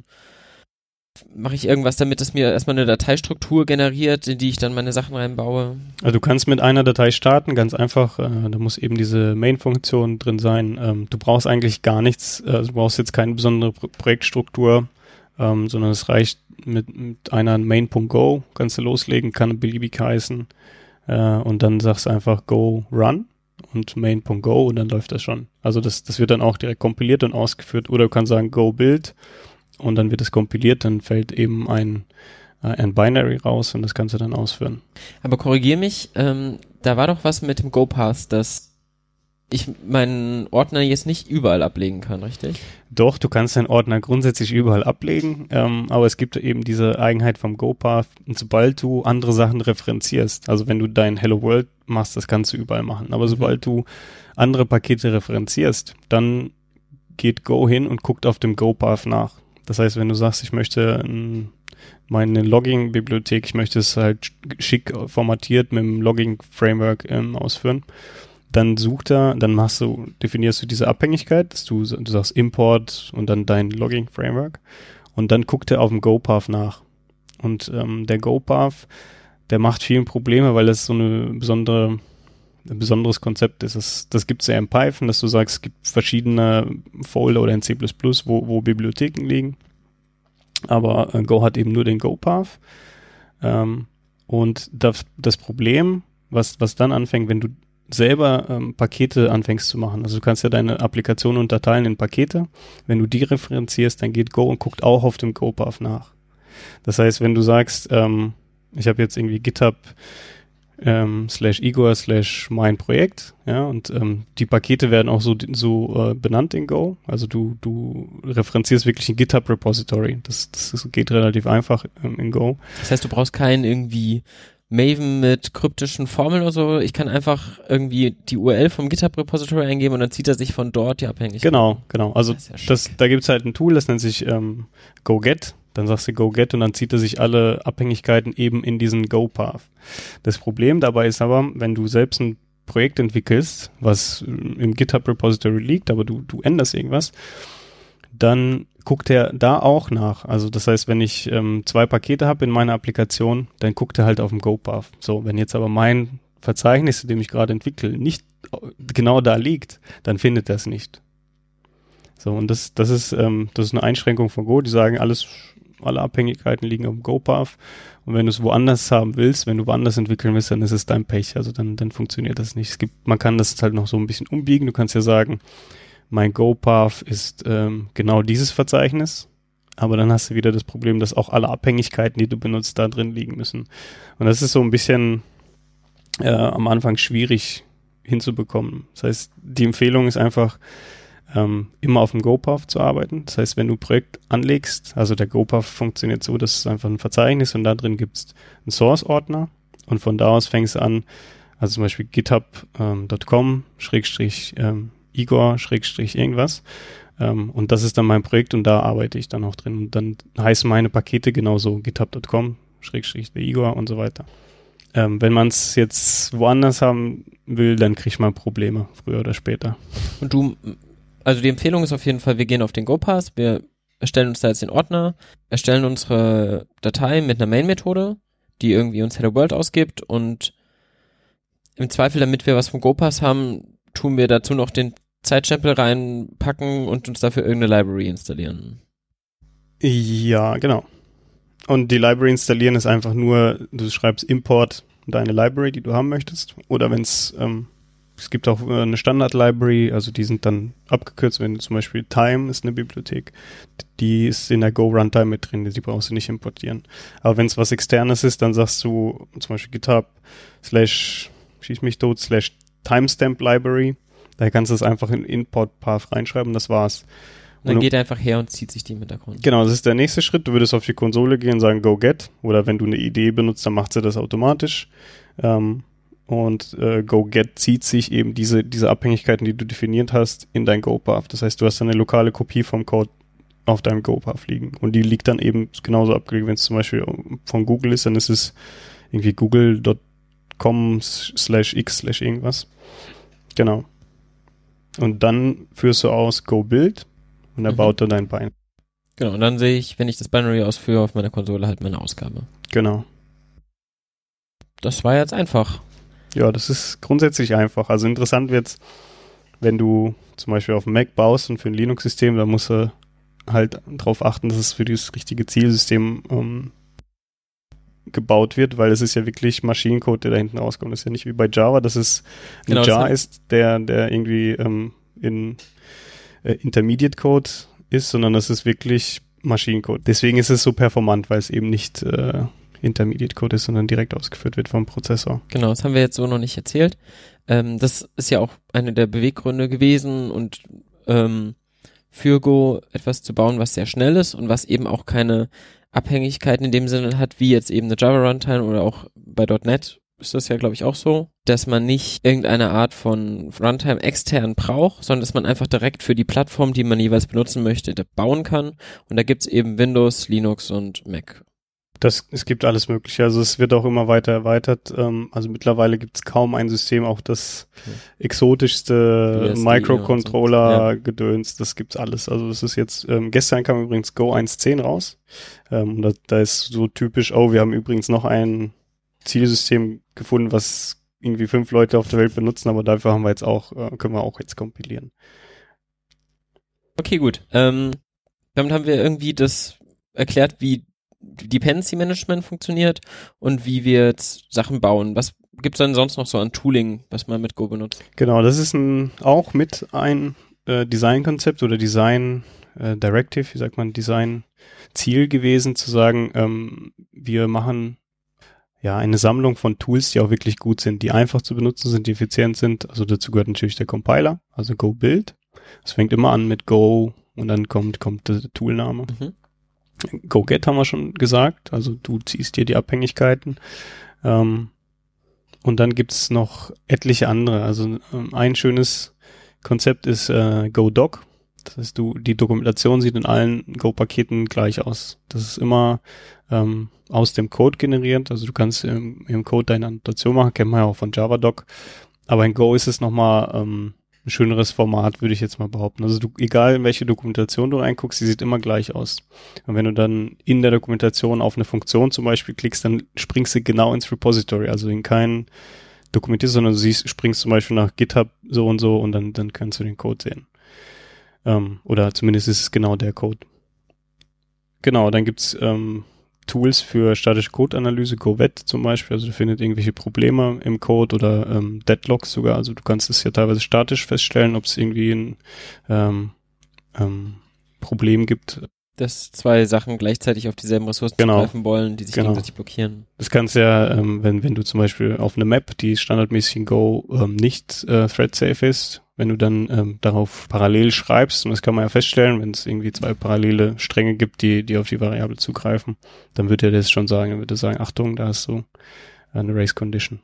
mache ich irgendwas, damit es mir erstmal eine Dateistruktur generiert, in die ich dann meine Sachen reinbaue? Also du kannst mit einer Datei starten, ganz einfach. Äh, da muss eben diese Main-Funktion drin sein. Ähm, du brauchst eigentlich gar nichts. Äh, du brauchst jetzt keine besondere Pro- Projektstruktur, ähm, sondern es reicht mit, mit einer main.go, kannst du loslegen, kann beliebig heißen. Äh, und dann sagst du einfach go run und main.go und dann läuft das schon. Also das, das wird dann auch direkt kompiliert und ausgeführt. Oder du kannst sagen go build. und dann wird es kompiliert, dann fällt eben ein, äh, ein Binary raus und das kannst du dann ausführen. Aber korrigier mich, ähm, da war doch was mit dem GoPath, dass ich meinen Ordner jetzt nicht überall ablegen kann, richtig? Doch, du kannst deinen Ordner grundsätzlich überall ablegen, ähm, aber es gibt eben diese Eigenheit vom GoPath, und sobald du andere Sachen referenzierst, also wenn du dein Hello World machst, das kannst du überall machen, aber mhm. sobald du andere Pakete referenzierst, dann geht Go hin und guckt auf dem GoPath nach. Das heißt, wenn du sagst, ich möchte ein, meine Logging-Bibliothek, ich möchte es halt schick formatiert mit dem Logging-Framework ähm, ausführen, dann sucht er, dann machst du, definierst du diese Abhängigkeit, dass du, du sagst Import und dann dein Logging-Framework und dann guckt er auf dem GoPath nach. Und ähm, der GoPath, der macht vielen Probleme, weil das so eine besondere, ein besonderes Konzept ist. Das, das gibt es ja in Python, dass du sagst, es gibt verschiedene Folder oder in C plus plus, wo, wo Bibliotheken liegen. Aber äh, Go hat eben nur den GoPath. Ähm, und das, das Problem, was, was dann anfängt, wenn du selber ähm, Pakete anfängst zu machen. Also du kannst ja deine Applikation unterteilen in Pakete. Wenn du die referenzierst, dann geht Go und guckt auch auf dem GoPath nach. Das heißt, wenn du sagst, ähm, ich habe jetzt irgendwie GitHub ähm, slash Igor slash mein Projekt, ja, und ähm, die Pakete werden auch so, so äh, benannt in Go. Also du, du referenzierst wirklich ein GitHub-Repository. Das, das geht relativ einfach ähm, in Go. Das heißt, du brauchst keinen irgendwie Maven mit kryptischen Formeln oder so. Ich kann einfach irgendwie die U R L vom GitHub-Repository eingeben und dann zieht er sich von dort die Abhängigkeit. Genau, genau. Also das ja das, da gibt es halt ein Tool, das nennt sich ähm, GoGet. Dann sagst du GoGet und dann zieht er sich alle Abhängigkeiten eben in diesen GoPath. Das Problem dabei ist aber, wenn du selbst ein Projekt entwickelst, was im GitHub-Repository liegt, aber du, du änderst irgendwas, dann guckt er da auch nach. Also das heißt, wenn ich ähm, zwei Pakete habe in meiner Applikation, dann guckt er halt auf dem GoPath. So, wenn jetzt aber mein Verzeichnis, in dem ich gerade entwickle, nicht genau da liegt, dann findet er es nicht. So, und das, das ist, ähm, das ist eine Einschränkung von Go. Die sagen, alles, alle Abhängigkeiten liegen auf dem GoPath. Und wenn du es woanders haben willst, wenn du woanders entwickeln willst, dann ist es dein Pech. Also dann, dann funktioniert das nicht. Es gibt, man kann das halt noch so ein bisschen umbiegen. Du kannst ja sagen, mein GoPath ist ähm, genau dieses Verzeichnis, aber dann hast du wieder das Problem, dass auch alle Abhängigkeiten, die du benutzt, da drin liegen müssen. Und das ist so ein bisschen äh, am Anfang schwierig hinzubekommen. Das heißt, die Empfehlung ist einfach, ähm, immer auf dem GoPath zu arbeiten. Das heißt, wenn du ein Projekt anlegst, also der GoPath funktioniert so, dass es einfach ein Verzeichnis und da drin gibt es einen Source-Ordner und von da aus fängst du an, also zum Beispiel github dot com schrägstrich Igor Schrägstrich irgendwas. Ähm, und das ist dann mein Projekt und da arbeite ich dann auch drin. Und dann heißen meine Pakete genauso github dot com Schrägstrich der Igor und so weiter. Ähm, wenn man es jetzt woanders haben will, dann kriegt man Probleme, früher oder später. Und du, also die Empfehlung ist auf jeden Fall, wir gehen auf den GoPath, wir erstellen uns da jetzt den Ordner, erstellen unsere Datei mit einer Main-Methode, die irgendwie uns Hello World ausgibt und im Zweifel, damit wir was vom GoPath haben, tun wir dazu noch den Zeitstempel reinpacken und uns dafür irgendeine Library installieren. Ja, genau. Und die Library installieren ist einfach nur, du schreibst Import deine Library, die du haben möchtest. Oder wenn es, ähm, es gibt auch eine Standard-Library, also die sind dann abgekürzt, wenn du zum Beispiel Time ist eine Bibliothek, die ist in der Go-Runtime mit drin, die brauchst du nicht importieren. Aber wenn es was Externes ist, dann sagst du zum Beispiel GitHub slash, schieß mich tot, slash Timestamp Library. Da kannst du es einfach in Import-Path reinschreiben, das war's. Und dann und geht er einfach her und zieht sich die im Hintergrund. Genau, das ist der nächste Schritt. Du würdest auf die Konsole gehen und sagen Go Get. Oder wenn du eine Idee benutzt, dann macht sie das automatisch. Ähm, und äh, Go Get zieht sich eben diese, diese Abhängigkeiten, die du definiert hast, in dein GoPath. Das heißt, du hast dann eine lokale Kopie vom Code auf deinem GoPath liegen. Und die liegt dann eben genauso abgelegt. Wenn es zum Beispiel von Google ist, dann ist es irgendwie google dot com slash x slash irgendwas. Genau. Und dann führst du aus Go Build und er mhm. baut dann dein Binary. Genau, und dann sehe ich, wenn ich das Binary ausführe, auf meiner Konsole halt meine Ausgabe. Genau. Das war jetzt einfach. Ja, das ist grundsätzlich einfach. Also interessant wird's, wenn du zum Beispiel auf dem Mac baust und für ein Linux-System, da musst du halt darauf achten, dass es für das richtige Zielsystem ähm, gebaut wird, weil es ist ja wirklich Maschinencode, der da hinten rauskommt. Das ist ja nicht wie bei Java, dass es ein genau, Jar ist, der, der irgendwie ähm, in äh, Intermediate Code ist, sondern das ist wirklich Maschinencode. Deswegen ist es so performant, weil es eben nicht äh, Intermediate Code ist, sondern direkt ausgeführt wird vom Prozessor. Genau, das haben wir jetzt so noch nicht erzählt. Ähm, das ist ja auch eine der Beweggründe gewesen und ähm, für Go etwas zu bauen, was sehr schnell ist und was eben auch keine Abhängigkeiten in dem Sinne hat, wie jetzt eben eine Java Runtime oder auch bei .Punkt net ist das ja, glaube ich, auch so, dass man nicht irgendeine Art von Runtime extern braucht, sondern dass man einfach direkt für die Plattform, die man jeweils benutzen möchte, bauen kann. Und da gibt's eben Windows, Linux und Mac. Das, es gibt alles Mögliche. Also es wird auch immer weiter erweitert. Ähm, also mittlerweile gibt es kaum ein System, auch das okay. exotischste Microcontroller-Gedöns, ja. Das gibt's alles. Also das ist jetzt, ähm, gestern kam übrigens Go eins Punkt zehn raus. Ähm, da, da ist so typisch, oh, wir haben übrigens noch ein Zielsystem gefunden, was irgendwie fünf Leute auf der Welt benutzen, aber dafür haben wir jetzt auch, äh, können wir auch jetzt kompilieren. Okay, gut. Ähm, damit haben wir irgendwie das erklärt, wie Dependency Management funktioniert und wie wir jetzt Sachen bauen. Was gibt's dann sonst noch so an Tooling, was man mit Go benutzt? Genau, das ist ein, auch mit ein äh, Designkonzept oder Design äh, Directive, wie sagt man, Design Ziel gewesen, zu sagen, ähm, wir machen ja eine Sammlung von Tools, die auch wirklich gut sind, die einfach zu benutzen sind, die effizient sind. Also dazu gehört natürlich der Compiler, also Go Build. Das fängt immer an mit Go und dann kommt kommt der Toolname. Mhm. Go-Get haben wir schon gesagt, also du ziehst dir die Abhängigkeiten. Ähm, und dann gibt's noch etliche andere. Also ähm, ein schönes Konzept ist äh, Go-Doc. Das heißt, du, die Dokumentation sieht in allen Go-Paketen gleich aus. Das ist immer ähm, aus dem Code generiert. Also du kannst im, im Code deine Annotation machen, kennt man ja auch von JavaDoc. Aber in Go ist es nochmal ähm, ein schöneres Format, würde ich jetzt mal behaupten. Also du, egal in welche Dokumentation du reinguckst, die sieht immer gleich aus. Und wenn du dann in der Dokumentation auf eine Funktion zum Beispiel klickst, dann springst du genau ins Repository, also in kein Dokumentierst, sondern du siehst, springst zum Beispiel nach GitHub so und so und dann, dann kannst du den Code sehen. Ähm, oder zumindest ist es genau der Code. Genau, dann gibt's ähm, Tools für statische Code-Analyse, GoWet zum Beispiel, also du findest irgendwelche Probleme im Code oder ähm, Deadlocks sogar, also du kannst es ja teilweise statisch feststellen, ob es irgendwie ein ähm, ähm, Problem gibt. Dass zwei Sachen gleichzeitig auf dieselben Ressourcen genau. zugreifen wollen, die sich genau. gegenseitig blockieren. Das kannst ja, ähm, wenn wenn du zum Beispiel auf eine Map, die standardmäßig in Go ähm, nicht äh, thread-safe ist, wenn du dann ähm, darauf parallel schreibst, und das kann man ja feststellen, wenn es irgendwie zwei parallele Stränge gibt, die die auf die Variable zugreifen, dann wird er das schon sagen, dann wird er sagen, Achtung, da hast du eine Race Condition.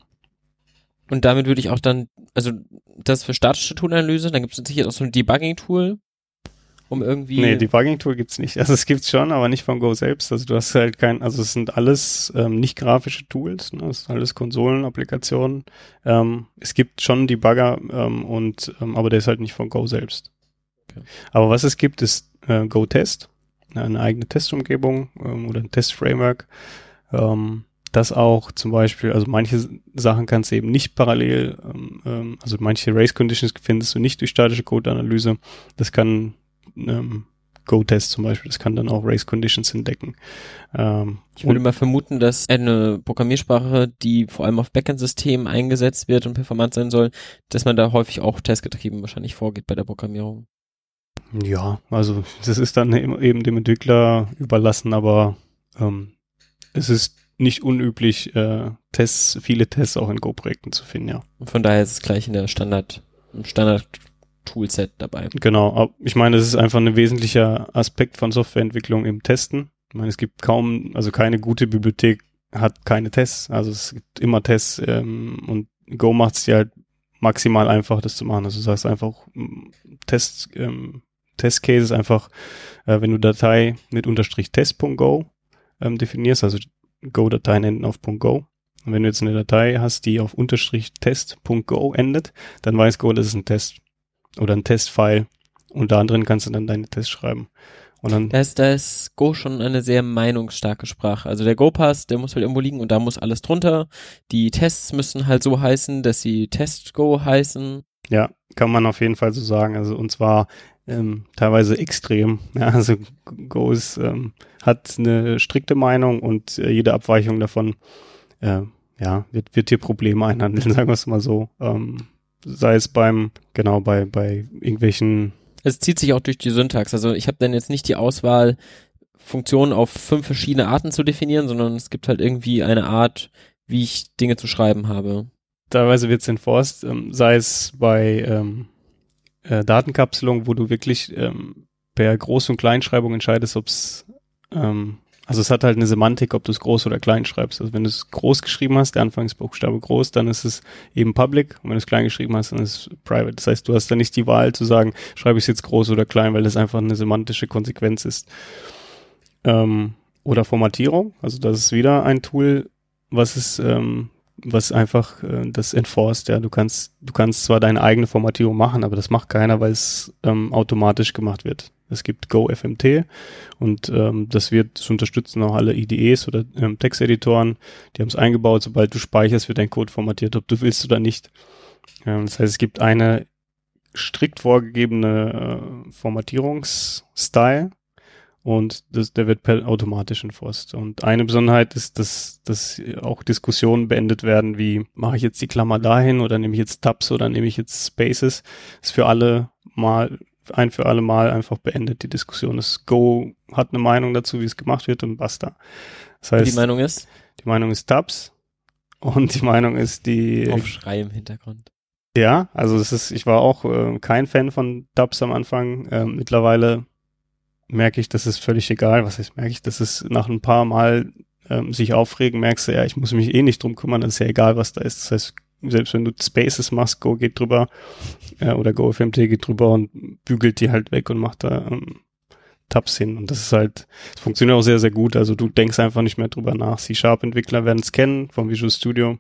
Und damit würde ich auch dann, also das für statische Tool-Analyse, dann gibt es sicher auch so ein Debugging-Tool, um irgendwie... Nee, Debugging-Tool gibt's nicht. Also es gibt's schon, aber nicht von Go selbst. Also du hast halt kein, also es sind alles ähm, nicht grafische Tools, ne? Es sind alles Konsolenapplikationen. Ähm, es gibt schon Debugger, ähm, und ähm, aber der ist halt nicht von Go selbst. Okay. Aber was es gibt, ist äh, Go-Test, eine eigene Testumgebung ähm, oder ein Test-Framework, ähm, das auch zum Beispiel, also manche Sachen kannst du eben nicht parallel, ähm, also manche Race-Conditions findest du nicht durch statische Code-Analyse. Das kann Ähm, Go-Test zum Beispiel, das kann dann auch Race Conditions entdecken. Ähm, ich würde mal vermuten, dass eine Programmiersprache, die vor allem auf Backend-Systemen eingesetzt wird und performant sein soll, dass man da häufig auch testgetrieben wahrscheinlich vorgeht bei der Programmierung. Ja, also das ist dann eben dem Entwickler überlassen, aber ähm, es ist nicht unüblich, äh, Tests, viele Tests auch in Go-Projekten zu finden, ja. Und von daher ist es gleich in der Standard, im Standard Toolset dabei. Genau, ich meine, es ist einfach ein wesentlicher Aspekt von Softwareentwicklung im Testen. Ich meine, es gibt kaum, also keine gute Bibliothek hat keine Tests, also es gibt immer Tests, ähm, und Go macht es dir halt maximal einfach, das zu machen. Also du sagst einfach Test, ähm, Testcases einfach, äh, wenn du Datei mit Unterstrich test.go ähm, definierst, also Go-Dateien enden auf .go. Und wenn du jetzt eine Datei hast, die auf Unterstrich test.go endet, dann weiß Go, das ist ein Test. Oder ein Testfile und da drin kannst du dann deine Tests schreiben. Und dann da ist, da ist Go schon eine sehr meinungsstarke Sprache. Also der Go-Pass, der muss halt irgendwo liegen und da muss alles drunter. Die Tests müssen halt so heißen, dass sie Test-Go heißen. Ja, kann man auf jeden Fall so sagen. Also und zwar ähm, teilweise extrem. Ja, also Go ist, ähm, hat eine strikte Meinung und äh, jede Abweichung davon äh, ja, wird, wird dir Probleme einhandeln, sagen wir es mal so. Ähm, sei es beim, genau, bei, bei irgendwelchen... Es zieht sich auch durch die Syntax. Also ich habe dann jetzt nicht die Auswahl Funktionen auf fünf verschiedene Arten zu definieren, sondern es gibt halt irgendwie eine Art, wie ich Dinge zu schreiben habe. Teilweise wird es enforced, ähm, sei es bei ähm, äh, Datenkapselung, wo du wirklich ähm, per Groß- und Kleinschreibung entscheidest, ob es, ähm, also es hat halt eine Semantik, ob du es groß oder klein schreibst. Also wenn du es groß geschrieben hast, der Anfangsbuchstabe groß, dann ist es eben public. Und wenn du es klein geschrieben hast, dann ist es private. Das heißt, du hast da nicht die Wahl zu sagen, schreibe ich es jetzt groß oder klein, weil das einfach eine semantische Konsequenz ist. Ähm, oder Formatierung, also das ist wieder ein Tool, was ist, ähm, was einfach äh, das enforced, ja, du kannst, du kannst zwar deine eigene Formatierung machen, aber das macht keiner, weil es ähm, automatisch gemacht wird. Es gibt GoFMT und ähm, das wird, das unterstützen auch alle I D Es oder ähm, Texteditoren, die haben es eingebaut, sobald du speicherst, wird dein Code formatiert, ob du willst oder nicht. Ähm, das heißt, es gibt eine strikt vorgegebene äh, Formatierungsstyle, und das, der wird per automatisch enforced. Und eine Besonderheit ist, dass, dass auch Diskussionen beendet werden, wie mache ich jetzt die Klammer dahin oder nehme ich jetzt Tabs oder nehme ich jetzt Spaces. Ist für alle mal, ein für alle Mal einfach beendet, die Diskussion. Das Go hat eine Meinung dazu, wie es gemacht wird und basta. Das heißt, die Meinung ist? Die Meinung ist Tabs und die Meinung ist die... Aufschrei im Hintergrund. Ja, also es ist, ich war auch äh, kein Fan von Tabs am Anfang. Äh, mittlerweile merke ich, das ist völlig egal. Was heißt, merke ich, dass es nach ein paar Mal ähm, sich aufregen, merkst du, ja, ich muss mich eh nicht drum kümmern, das ist ja egal, was da ist. Das heißt, selbst wenn du Spaces machst, Go geht drüber äh, oder GoFMT geht drüber und bügelt die halt weg und macht da ähm, Tabs hin. Und das ist halt, es funktioniert auch sehr, sehr gut. Also du denkst einfach nicht mehr drüber nach. C-Sharp-Entwickler werden es kennen vom Visual Studio.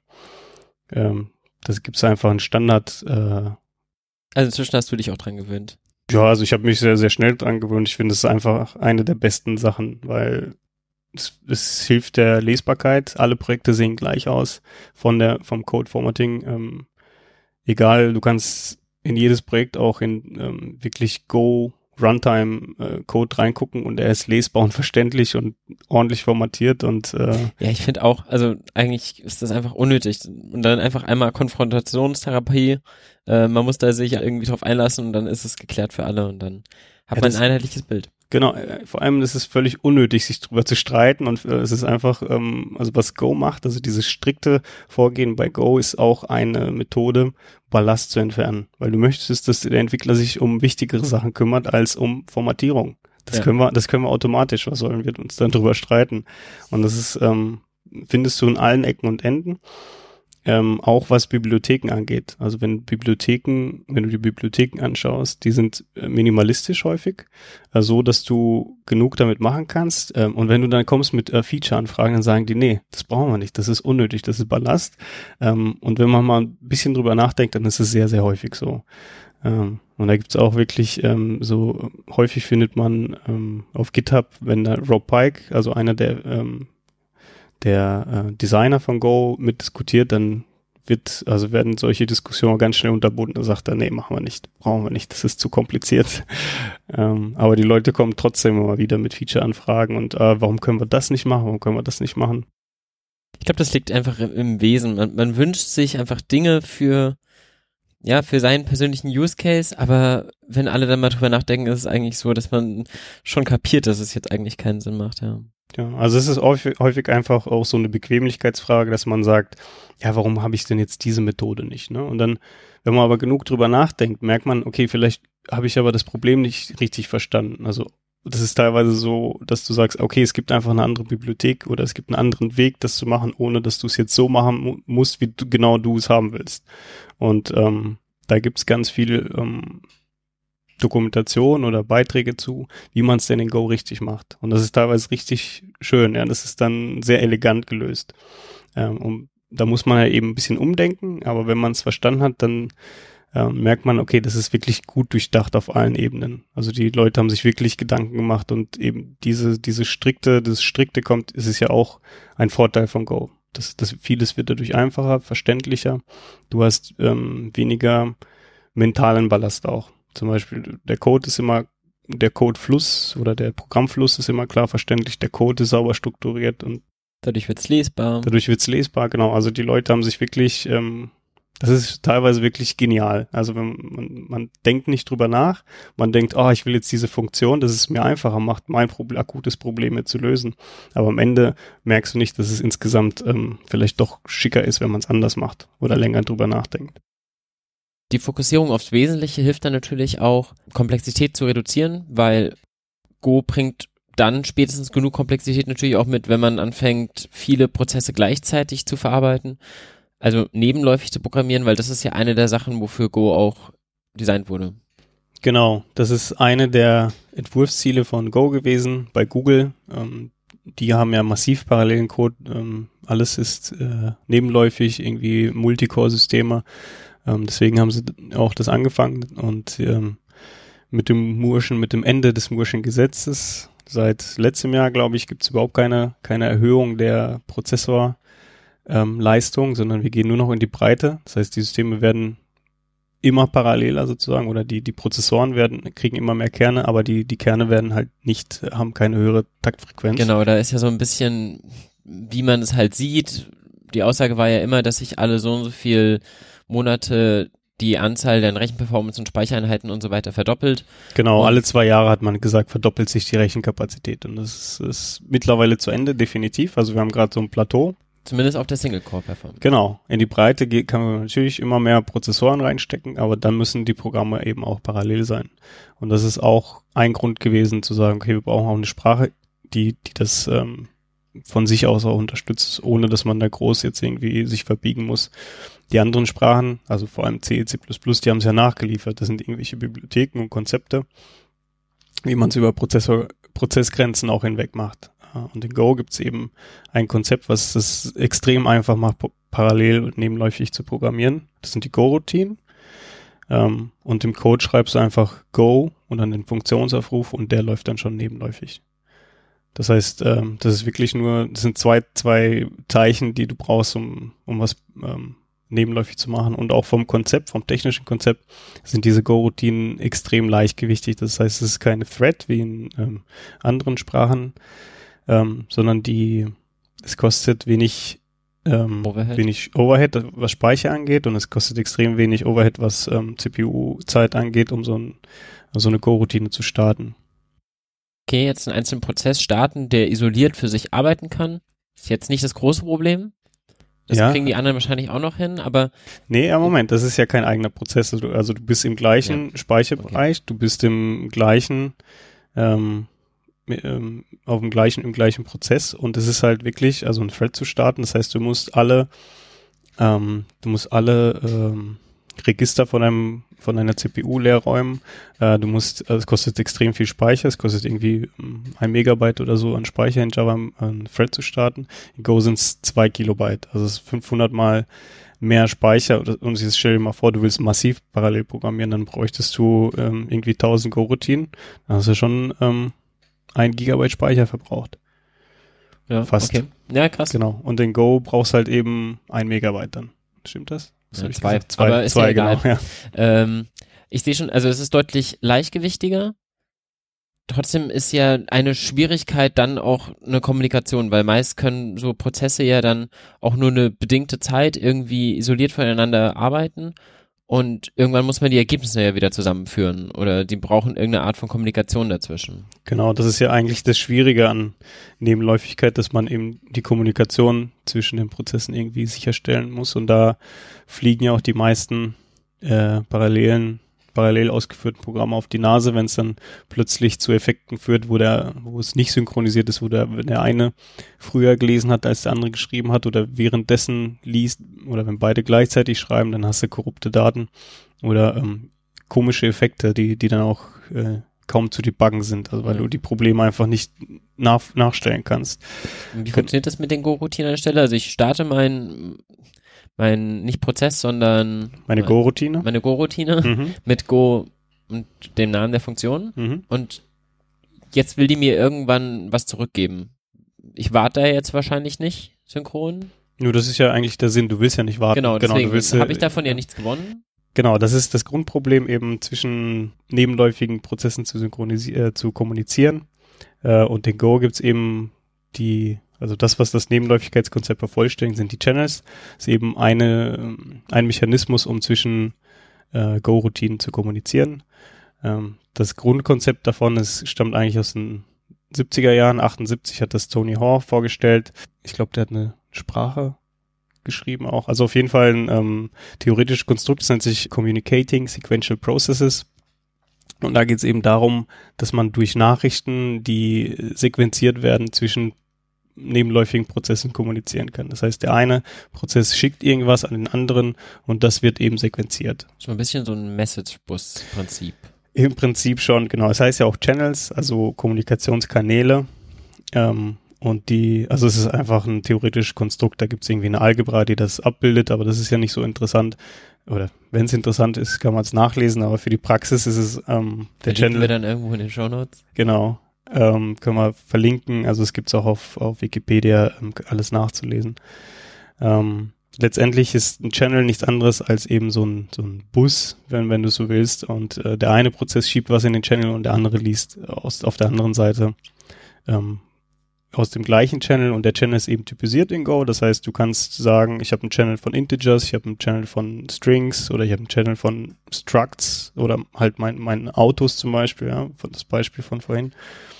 Ähm, das gibt's einfach einen Standard. Äh, also inzwischen hast du dich auch dran gewöhnt. Ja, also ich habe mich sehr, sehr schnell dran gewöhnt. Ich finde, es ist einfach eine der besten Sachen, weil es, es hilft der Lesbarkeit. Alle Projekte sehen gleich aus von der vom Code-Formatting. Ähm, egal, du kannst in jedes Projekt auch in ähm, wirklich Go Runtime-Code äh, reingucken und er ist lesbar und verständlich und ordentlich formatiert und äh, ja, ich finde auch, also eigentlich ist das einfach unnötig und dann einfach einmal Konfrontationstherapie, äh, man muss da sich irgendwie drauf einlassen und dann ist es geklärt für alle und dann hat ja, man ein einheitliches Bild. Genau, äh, vor allem ist es völlig unnötig, sich drüber zu streiten und äh, es ist einfach, ähm, also was Go macht, also dieses strikte Vorgehen bei Go ist auch eine Methode, Ballast zu entfernen, weil du möchtest, dass der Entwickler sich um wichtigere Sachen kümmert als um Formatierung. Das ja. können wir, das können wir automatisch, was sollen wir uns dann drüber streiten? Und das ist, ähm, findest du in allen Ecken und Enden. Ähm, auch was Bibliotheken angeht. Also wenn Bibliotheken, wenn du die Bibliotheken anschaust, die sind äh, minimalistisch häufig, äh, so dass du genug damit machen kannst. Ähm, und wenn du dann kommst mit äh, Feature-Anfragen, dann sagen die, nee, das brauchen wir nicht, das ist unnötig, das ist Ballast. Ähm, und wenn man mal ein bisschen drüber nachdenkt, dann ist es sehr, sehr häufig so. Ähm, und da gibt's auch wirklich ähm, so, häufig findet man ähm, auf GitHub, wenn da Rob Pike, also einer der ähm, der äh, Designer von Go mitdiskutiert, dann wird, also werden solche Diskussionen ganz schnell unterbunden. Da sagt er, nee, machen wir nicht, brauchen wir nicht, das ist zu kompliziert. ähm, aber die Leute kommen trotzdem immer wieder mit Feature-Anfragen und äh, warum können wir das nicht machen, warum können wir das nicht machen? Ich glaube, das liegt einfach im, im Wesen. Man, man wünscht sich einfach Dinge für, ja, für seinen persönlichen Use Case, aber wenn alle dann mal drüber nachdenken, ist es eigentlich so, dass man schon kapiert, dass es jetzt eigentlich keinen Sinn macht, ja. Ja, also es ist häufig, häufig einfach auch so eine Bequemlichkeitsfrage, dass man sagt, ja, warum habe ich denn jetzt diese Methode nicht, ne? Und dann, wenn man aber genug drüber nachdenkt, merkt man, okay, vielleicht habe ich aber das Problem nicht richtig verstanden. Also das ist teilweise so, dass du sagst, okay, es gibt einfach eine andere Bibliothek oder es gibt einen anderen Weg, das zu machen, ohne dass du es jetzt so machen mu- musst, wie du, genau du es haben willst. Und ähm, da gibt es ganz viel ähm, Dokumentation oder Beiträge zu, wie man es denn in Go richtig macht. Und das ist teilweise richtig schön, ja, das ist dann sehr elegant gelöst. Ähm, und da muss man ja eben ein bisschen umdenken, aber wenn man es verstanden hat, dann ähm, merkt man, okay, das ist wirklich gut durchdacht auf allen Ebenen. Also die Leute haben sich wirklich Gedanken gemacht und eben diese, diese strikte, das strikte kommt, ist es ja auch ein Vorteil von Go. Das, das vieles wird dadurch einfacher, verständlicher. Du hast ähm, weniger mentalen Ballast auch. Zum Beispiel der Code ist immer, der Codefluss oder der Programmfluss ist immer klar verständlich, der Code ist sauber strukturiert und dadurch wird's lesbar. Dadurch wird's lesbar, genau. Also die Leute haben sich wirklich ähm, Das ist teilweise wirklich genial. Also wenn man, man denkt nicht drüber nach, man denkt, oh, ich will jetzt diese Funktion, dass es mir einfacher macht, mein Problem, akutes Problem jetzt zu lösen. Aber am Ende merkst du nicht, dass es insgesamt ähm, vielleicht doch schicker ist, wenn man es anders macht oder länger drüber nachdenkt. Die Fokussierung aufs Wesentliche hilft dann natürlich auch, Komplexität zu reduzieren, weil Go bringt dann spätestens genug Komplexität natürlich auch mit, wenn man anfängt, viele Prozesse gleichzeitig zu verarbeiten. Also nebenläufig zu programmieren, weil das ist ja eine der Sachen, wofür Go auch designt wurde. Genau, das ist eine der Entwurfsziele von Go gewesen bei Google. Ähm, die haben ja massiv parallelen Code. Ähm, alles ist äh, nebenläufig, irgendwie Multicore-Systeme. Ähm, deswegen haben sie auch das angefangen. Und ähm, mit dem Moore'schen, mit dem Ende des Moore'schen Gesetzes seit letztem Jahr, glaube ich, gibt es überhaupt keine, keine Erhöhung der Prozessor Ähm, Leistung, sondern wir gehen nur noch in die Breite. Das heißt, die Systeme werden immer paralleler sozusagen oder die die Prozessoren werden kriegen immer mehr Kerne, aber die die Kerne werden halt nicht, haben keine höhere Taktfrequenz. Genau, da ist ja so ein bisschen, wie man es halt sieht. Die Aussage war ja immer, dass sich alle so und so viel Monate die Anzahl der Rechenperformance und Speichereinheiten und so weiter verdoppelt. Genau, und alle zwei Jahre hat man gesagt, verdoppelt sich die Rechenkapazität und das ist, ist mittlerweile zu Ende, definitiv. Also wir haben gerade so ein Plateau. Zumindest auf der Single-Core-Performance. Genau. In die Breite geht, kann man natürlich immer mehr Prozessoren reinstecken, aber dann müssen die Programme eben auch parallel sein. Und das ist auch ein Grund gewesen zu sagen, okay, wir brauchen auch eine Sprache, die, die das ähm, von sich aus auch unterstützt, ohne dass man da groß jetzt irgendwie sich verbiegen muss. Die anderen Sprachen, also vor allem C, C plus plus, die haben es ja nachgeliefert. Das sind irgendwelche Bibliotheken und Konzepte, wie man es über Prozessor, Prozessgrenzen auch hinweg macht. Und in Go gibt es eben ein Konzept, was es extrem einfach macht, parallel und nebenläufig zu programmieren. Das sind die Go-Routinen. Ähm, und im Code schreibst du einfach Go und dann den Funktionsaufruf und der läuft dann schon nebenläufig. Das heißt, ähm, das ist wirklich nur, das sind zwei, zwei Zeichen, die du brauchst, um, um was ähm, nebenläufig zu machen. Und auch vom Konzept, vom technischen Konzept, sind diese Go-Routinen extrem leichtgewichtig. Das heißt, es ist keine Thread wie in ähm, anderen Sprachen, ähm, sondern die, es kostet wenig ähm, Overhead. wenig Overhead, was Speicher angeht, und es kostet extrem wenig Overhead, was ähm, C P U-Zeit angeht, um so, ein, so eine Go-Routine zu starten. Okay, jetzt einen einzelnen Prozess starten, der isoliert für sich arbeiten kann. Ist jetzt nicht das große Problem. Das ja. kriegen die anderen wahrscheinlich auch noch hin, aber... Nee, ja, Moment, das ist ja kein eigener Prozess. Also du, also du bist im gleichen ja. Speicherbereich, okay. Du bist im gleichen, ähm, ähm, auf dem gleichen, im gleichen Prozess, und es ist halt wirklich, also ein Thread zu starten, das heißt, du musst alle, ähm, du musst alle ähm, Register von einem, von einer C P U leer räumen. Äh, du musst, also es kostet extrem viel Speicher, es kostet irgendwie um, ein Megabyte oder so an Speicher in Java, ein Thread zu starten. In Go sind es zwei Kilobyte, also es ist fünfhundert mal mehr Speicher. Und jetzt stell dir mal vor, du willst massiv parallel programmieren, dann bräuchtest du ähm, irgendwie tausend Go-Routinen. Dann hast du schon ähm, ein Gigabyte Speicher verbraucht. Ja, fast. Okay. Ja, krass. Genau. Und in Go brauchst halt eben ein Megabyte dann. Stimmt das? Ja, zwei. zwei. Aber ist zwei, ja egal. Genau, ja. Ähm, ich sehe schon, also es ist deutlich leichtgewichtiger. Trotzdem ist ja eine Schwierigkeit dann auch eine Kommunikation, weil meist können so Prozesse ja dann auch nur eine bedingte Zeit irgendwie isoliert voneinander arbeiten, und irgendwann muss man die Ergebnisse ja wieder zusammenführen oder die brauchen irgendeine Art von Kommunikation dazwischen. Genau, das ist ja eigentlich das Schwierige an Nebenläufigkeit, dass man eben die Kommunikation zwischen den Prozessen irgendwie sicherstellen muss, und da fliegen ja auch die meisten äh, parallelen parallel ausgeführten Programme auf die Nase, wenn es dann plötzlich zu Effekten führt, wo der, wo es nicht synchronisiert ist, wo der, wenn der eine früher gelesen hat, als der andere geschrieben hat, oder währenddessen liest, oder wenn beide gleichzeitig schreiben, dann hast du korrupte Daten oder ähm, komische Effekte, die, die dann auch äh, kaum zu debuggen sind, also weil du die Probleme einfach nicht nach, nachstellen kannst. Wie funktioniert das mit den Go-Routinen an der Stelle? Also ich starte mein mein, nicht Prozess, sondern meine Go-Routine. Meine Go-Routine mhm. mit Go und dem Namen der Funktion. Mhm. Und jetzt will die mir irgendwann was zurückgeben. Ich warte da jetzt wahrscheinlich nicht synchron. Nur das ist ja eigentlich der Sinn, du willst ja nicht warten. Genau, deswegen genau, habe ich davon ja nichts gewonnen. Genau, das ist das Grundproblem, eben zwischen nebenläufigen Prozessen zu synchronisieren, äh, zu kommunizieren. Äh, und in Go gibt's eben die Also das, was das Nebenläufigkeitskonzept vervollständigt, sind die Channels. Das ist eben eine, ein Mechanismus, um zwischen äh, Go-Routinen zu kommunizieren. Ähm, das Grundkonzept davon ist, stammt eigentlich aus den siebziger Jahren. achtundsiebzig hat das Tony Hoare vorgestellt. Ich glaube, der hat eine Sprache geschrieben auch. Also auf jeden Fall ein ähm, theoretisches Konstrukt, das nennt sich Communicating Sequential Processes. Und da geht es eben darum, dass man durch Nachrichten, die sequenziert werden, zwischen nebenläufigen Prozessen kommunizieren kann. Das heißt, der eine Prozess schickt irgendwas an den anderen und das wird eben sequenziert. So ein bisschen so ein Message-Bus-Prinzip. Im Prinzip schon, genau. Es heißt ja auch Channels, also Kommunikationskanäle. Ähm, und die, also es ist einfach ein theoretisches Konstrukt, da gibt es irgendwie eine Algebra, die das abbildet, aber das ist ja nicht so interessant. Oder wenn es interessant ist, kann man es nachlesen, aber für die Praxis ist es ähm, der Verlinken Channel. wir dann irgendwo in den Shownotes. Genau. Ähm, können wir verlinken. Also es gibt es auch auf, auf Wikipedia, ähm, alles nachzulesen. Ähm, letztendlich ist ein Channel nichts anderes als eben so ein, so ein Bus, wenn, wenn du so willst. Und äh, der eine Prozess schiebt was in den Channel und der andere liest aus, auf der anderen Seite ähm, aus dem gleichen Channel, und der Channel ist eben typisiert in Go. Das heißt, du kannst sagen, ich habe einen Channel von Integers, ich habe einen Channel von Strings oder ich habe einen Channel von Structs oder halt mein, mein Autos zum Beispiel, ja, von das Beispiel von vorhin.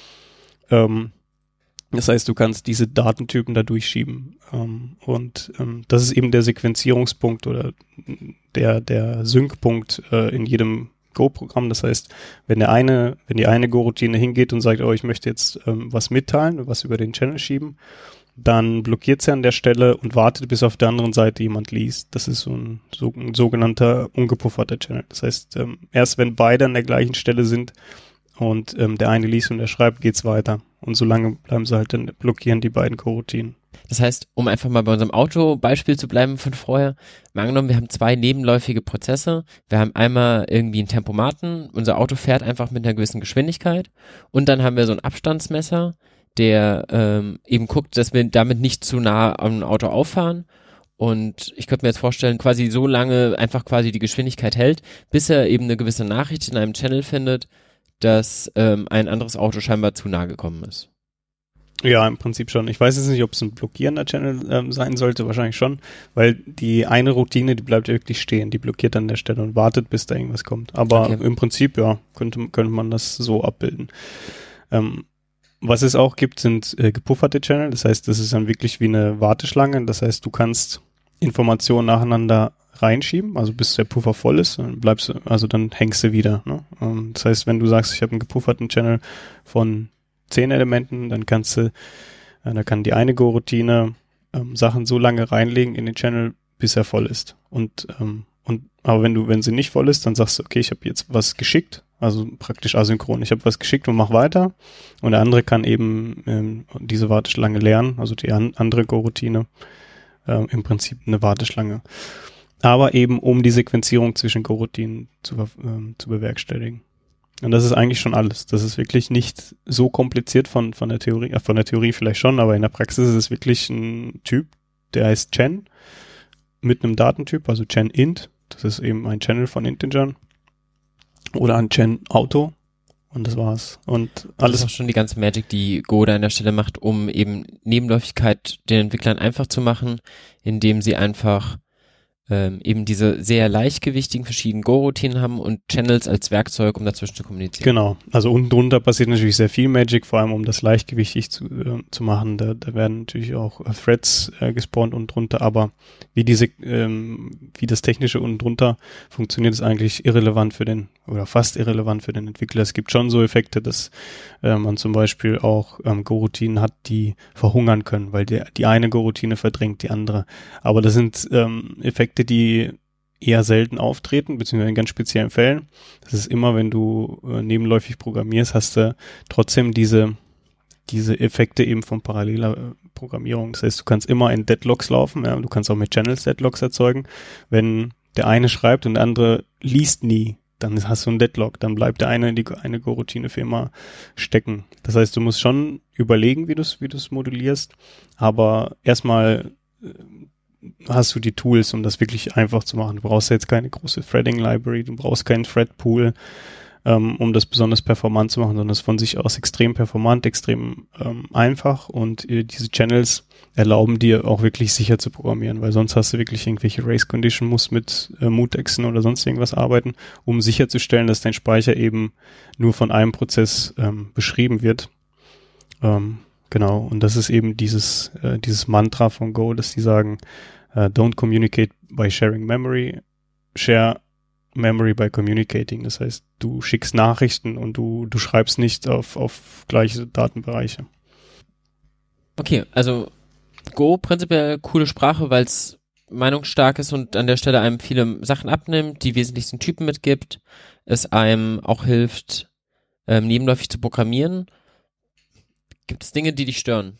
Ähm, das heißt, du kannst diese Datentypen da durchschieben. Ähm, und ähm, das ist eben der Sequenzierungspunkt oder der, der Sync-Punkt äh, in jedem Go-Programm. Das heißt, wenn der eine, wenn die eine Go-Routine hingeht und sagt, oh, ich möchte jetzt ähm, was mitteilen, was über den Channel schieben, dann blockiert sie an der Stelle und wartet, bis auf der anderen Seite jemand liest. Das ist so ein, so, ein sogenannter ungepufferter Channel. Das heißt, ähm, erst wenn beide an der gleichen Stelle sind und ähm, der eine liest und der schreibt, geht's weiter. Und solange bleiben sie halt, dann blockieren die beiden Go-Routinen. Das heißt, um einfach mal bei unserem Auto-Beispiel zu bleiben von vorher, mal angenommen, wir haben zwei nebenläufige Prozesse. Wir haben einmal irgendwie einen Tempomaten, unser Auto fährt einfach mit einer gewissen Geschwindigkeit, und dann haben wir so ein Abstandsmesser, der ähm, eben guckt, dass wir damit nicht zu nah am Auto auffahren. Und ich könnte mir jetzt vorstellen, quasi so lange einfach quasi die Geschwindigkeit hält, bis er eben eine gewisse Nachricht in einem Channel findet, dass ähm, ein anderes Auto scheinbar zu nah gekommen ist. Ja, im Prinzip schon. Ich weiß jetzt nicht, ob es ein blockierender Channel ähm, sein sollte, wahrscheinlich schon, weil die eine Routine, die bleibt wirklich stehen, die blockiert an der Stelle und wartet, bis da irgendwas kommt. Aber okay. Im Prinzip, ja, könnte, könnte man das so abbilden. Ähm, was es auch gibt, sind äh, gepufferte Channel, das heißt, das ist dann wirklich wie eine Warteschlange, das heißt, du kannst Informationen nacheinander reinschieben, also bis der Puffer voll ist, dann bleibst du, also dann hängst du wieder. Ne? Ähm, das heißt, wenn du sagst, ich habe einen gepufferten Channel von zehn Elementen, dann kannst du, äh, da kann die eine Go-Routine ähm, Sachen so lange reinlegen in den Channel, bis er voll ist. Und ähm, und aber wenn du, wenn sie nicht voll ist, dann sagst du, okay, ich habe jetzt was geschickt, also praktisch asynchron. Ich habe was geschickt und mach weiter. Und der andere kann eben ähm, diese Warteschlange lernen, also die an, andere Go-Routine, äh, im Prinzip eine Warteschlange. Aber eben um die Sequenzierung zwischen Go-Routinen zu, ähm, zu bewerkstelligen. Und das ist eigentlich schon alles. Das ist wirklich nicht so kompliziert von, von der Theorie, äh, von der Theorie vielleicht schon, aber in der Praxis ist es wirklich ein Typ, der heißt Chen, mit einem Datentyp, also Chen int. Das ist eben ein Channel von Integern. Oder ein Chen Auto. Und das war's. Und alles. Das ist auch schon die ganze Magic, die Go da an der Stelle macht, um eben Nebenläufigkeit den Entwicklern einfach zu machen, indem sie einfach ähm, eben diese sehr leichtgewichtigen verschiedenen Go-Routinen haben und Channels als Werkzeug, um dazwischen zu kommunizieren. Genau, also unten drunter passiert natürlich sehr viel Magic, vor allem um das leichtgewichtig zu, äh, zu machen. Da, da werden natürlich auch äh, Threads äh, gespawnt unten drunter, aber wie diese, ähm, wie das Technische unten drunter funktioniert, ist eigentlich irrelevant für den, oder fast irrelevant für den Entwickler. Es gibt schon so Effekte, dass äh, man zum Beispiel auch ähm, Go-Routinen hat, die verhungern können, weil die, die eine Go-Routine verdrängt die andere. Aber das sind ähm, Effekte, die eher selten auftreten, beziehungsweise in ganz speziellen Fällen. Das ist immer, wenn du äh, nebenläufig programmierst, hast du trotzdem diese diese Effekte eben von paralleler äh, Programmierung. Das heißt, du kannst immer in Deadlocks laufen, ja, du kannst auch mit Channels Deadlocks erzeugen. Wenn der eine schreibt und der andere liest nie, dann hast du einen Deadlock, dann bleibt der eine in die eine Go-Routine für immer stecken. Das heißt, du musst schon überlegen, wie du es wie du es modulierst, aber erstmal äh, hast du die Tools, um das wirklich einfach zu machen. Du brauchst jetzt keine große Threading-Library, du brauchst keinen Thread-Pool. ähm, um das besonders performant zu machen, sondern es ist von sich aus extrem performant, extrem ähm, einfach und äh, diese Channels erlauben dir auch wirklich sicher zu programmieren, weil sonst hast du wirklich irgendwelche Race Condition, musst mit äh, Mutexen oder sonst irgendwas arbeiten, um sicherzustellen, dass dein Speicher eben nur von einem Prozess ähm, beschrieben wird. Ähm, genau, und das ist eben dieses, äh, dieses Mantra von Go, dass die sagen, uh, don't communicate by sharing memory, share memory by communicating. Das heißt, du schickst Nachrichten und du, du schreibst nicht auf, auf gleiche Datenbereiche. Okay, also Go prinzipiell coole Sprache, weil es meinungsstark ist und an der Stelle einem viele Sachen abnimmt, die wesentlichsten Typen mitgibt, es einem auch hilft, ähm, nebenläufig zu programmieren. Gibt es Dinge, die dich stören?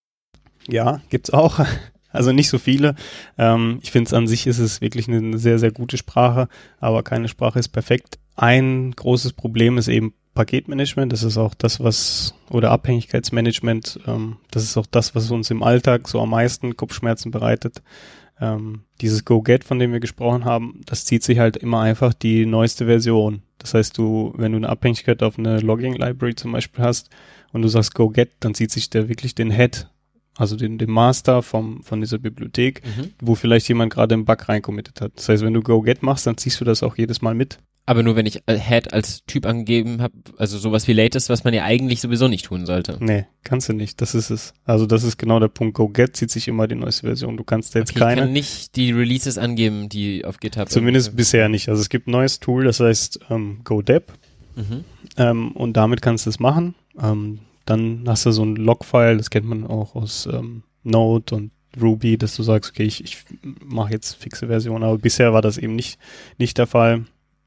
Ja, gibt's auch. Also nicht so viele. Ähm, ich finde es an sich ist es wirklich eine sehr, sehr gute Sprache, aber keine Sprache ist perfekt. Ein großes Problem ist eben Paketmanagement. Das ist auch das, was, oder Abhängigkeitsmanagement, ähm, das ist auch das, was uns im Alltag so am meisten Kopfschmerzen bereitet. Ähm, dieses Go-Get, von dem wir gesprochen haben, das zieht sich halt immer einfach die neueste Version. Das heißt, du, wenn du eine Abhängigkeit auf eine Logging-Library zum Beispiel hast und du sagst Go-Get, dann zieht sich der wirklich den Head, also den, den Master vom, von dieser Bibliothek, mhm. wo vielleicht jemand gerade einen Bug reinkommittet hat. Das heißt, wenn du Go-Get machst, dann ziehst du das auch jedes Mal mit. Aber nur wenn ich Head als Typ angegeben habe, also sowas wie Latest, was man ja eigentlich sowieso nicht tun sollte. Nee, kannst du nicht. Das ist es. Also das ist genau der Punkt. Go-Get zieht sich immer die neueste Version. Du kannst jetzt okay, keine. Ich kann nicht die Releases angeben, die auf GitHub. Zumindest bisher nicht. Also es gibt ein neues Tool, das heißt ähm, Go-Deb. Mhm. Ähm, und damit kannst du es machen. Ähm, Dann hast du so ein Log-File, das kennt man auch aus ähm, Node und Ruby, dass du sagst, okay, ich, ich mache jetzt fixe Version, aber bisher war das eben nicht, nicht der Fall.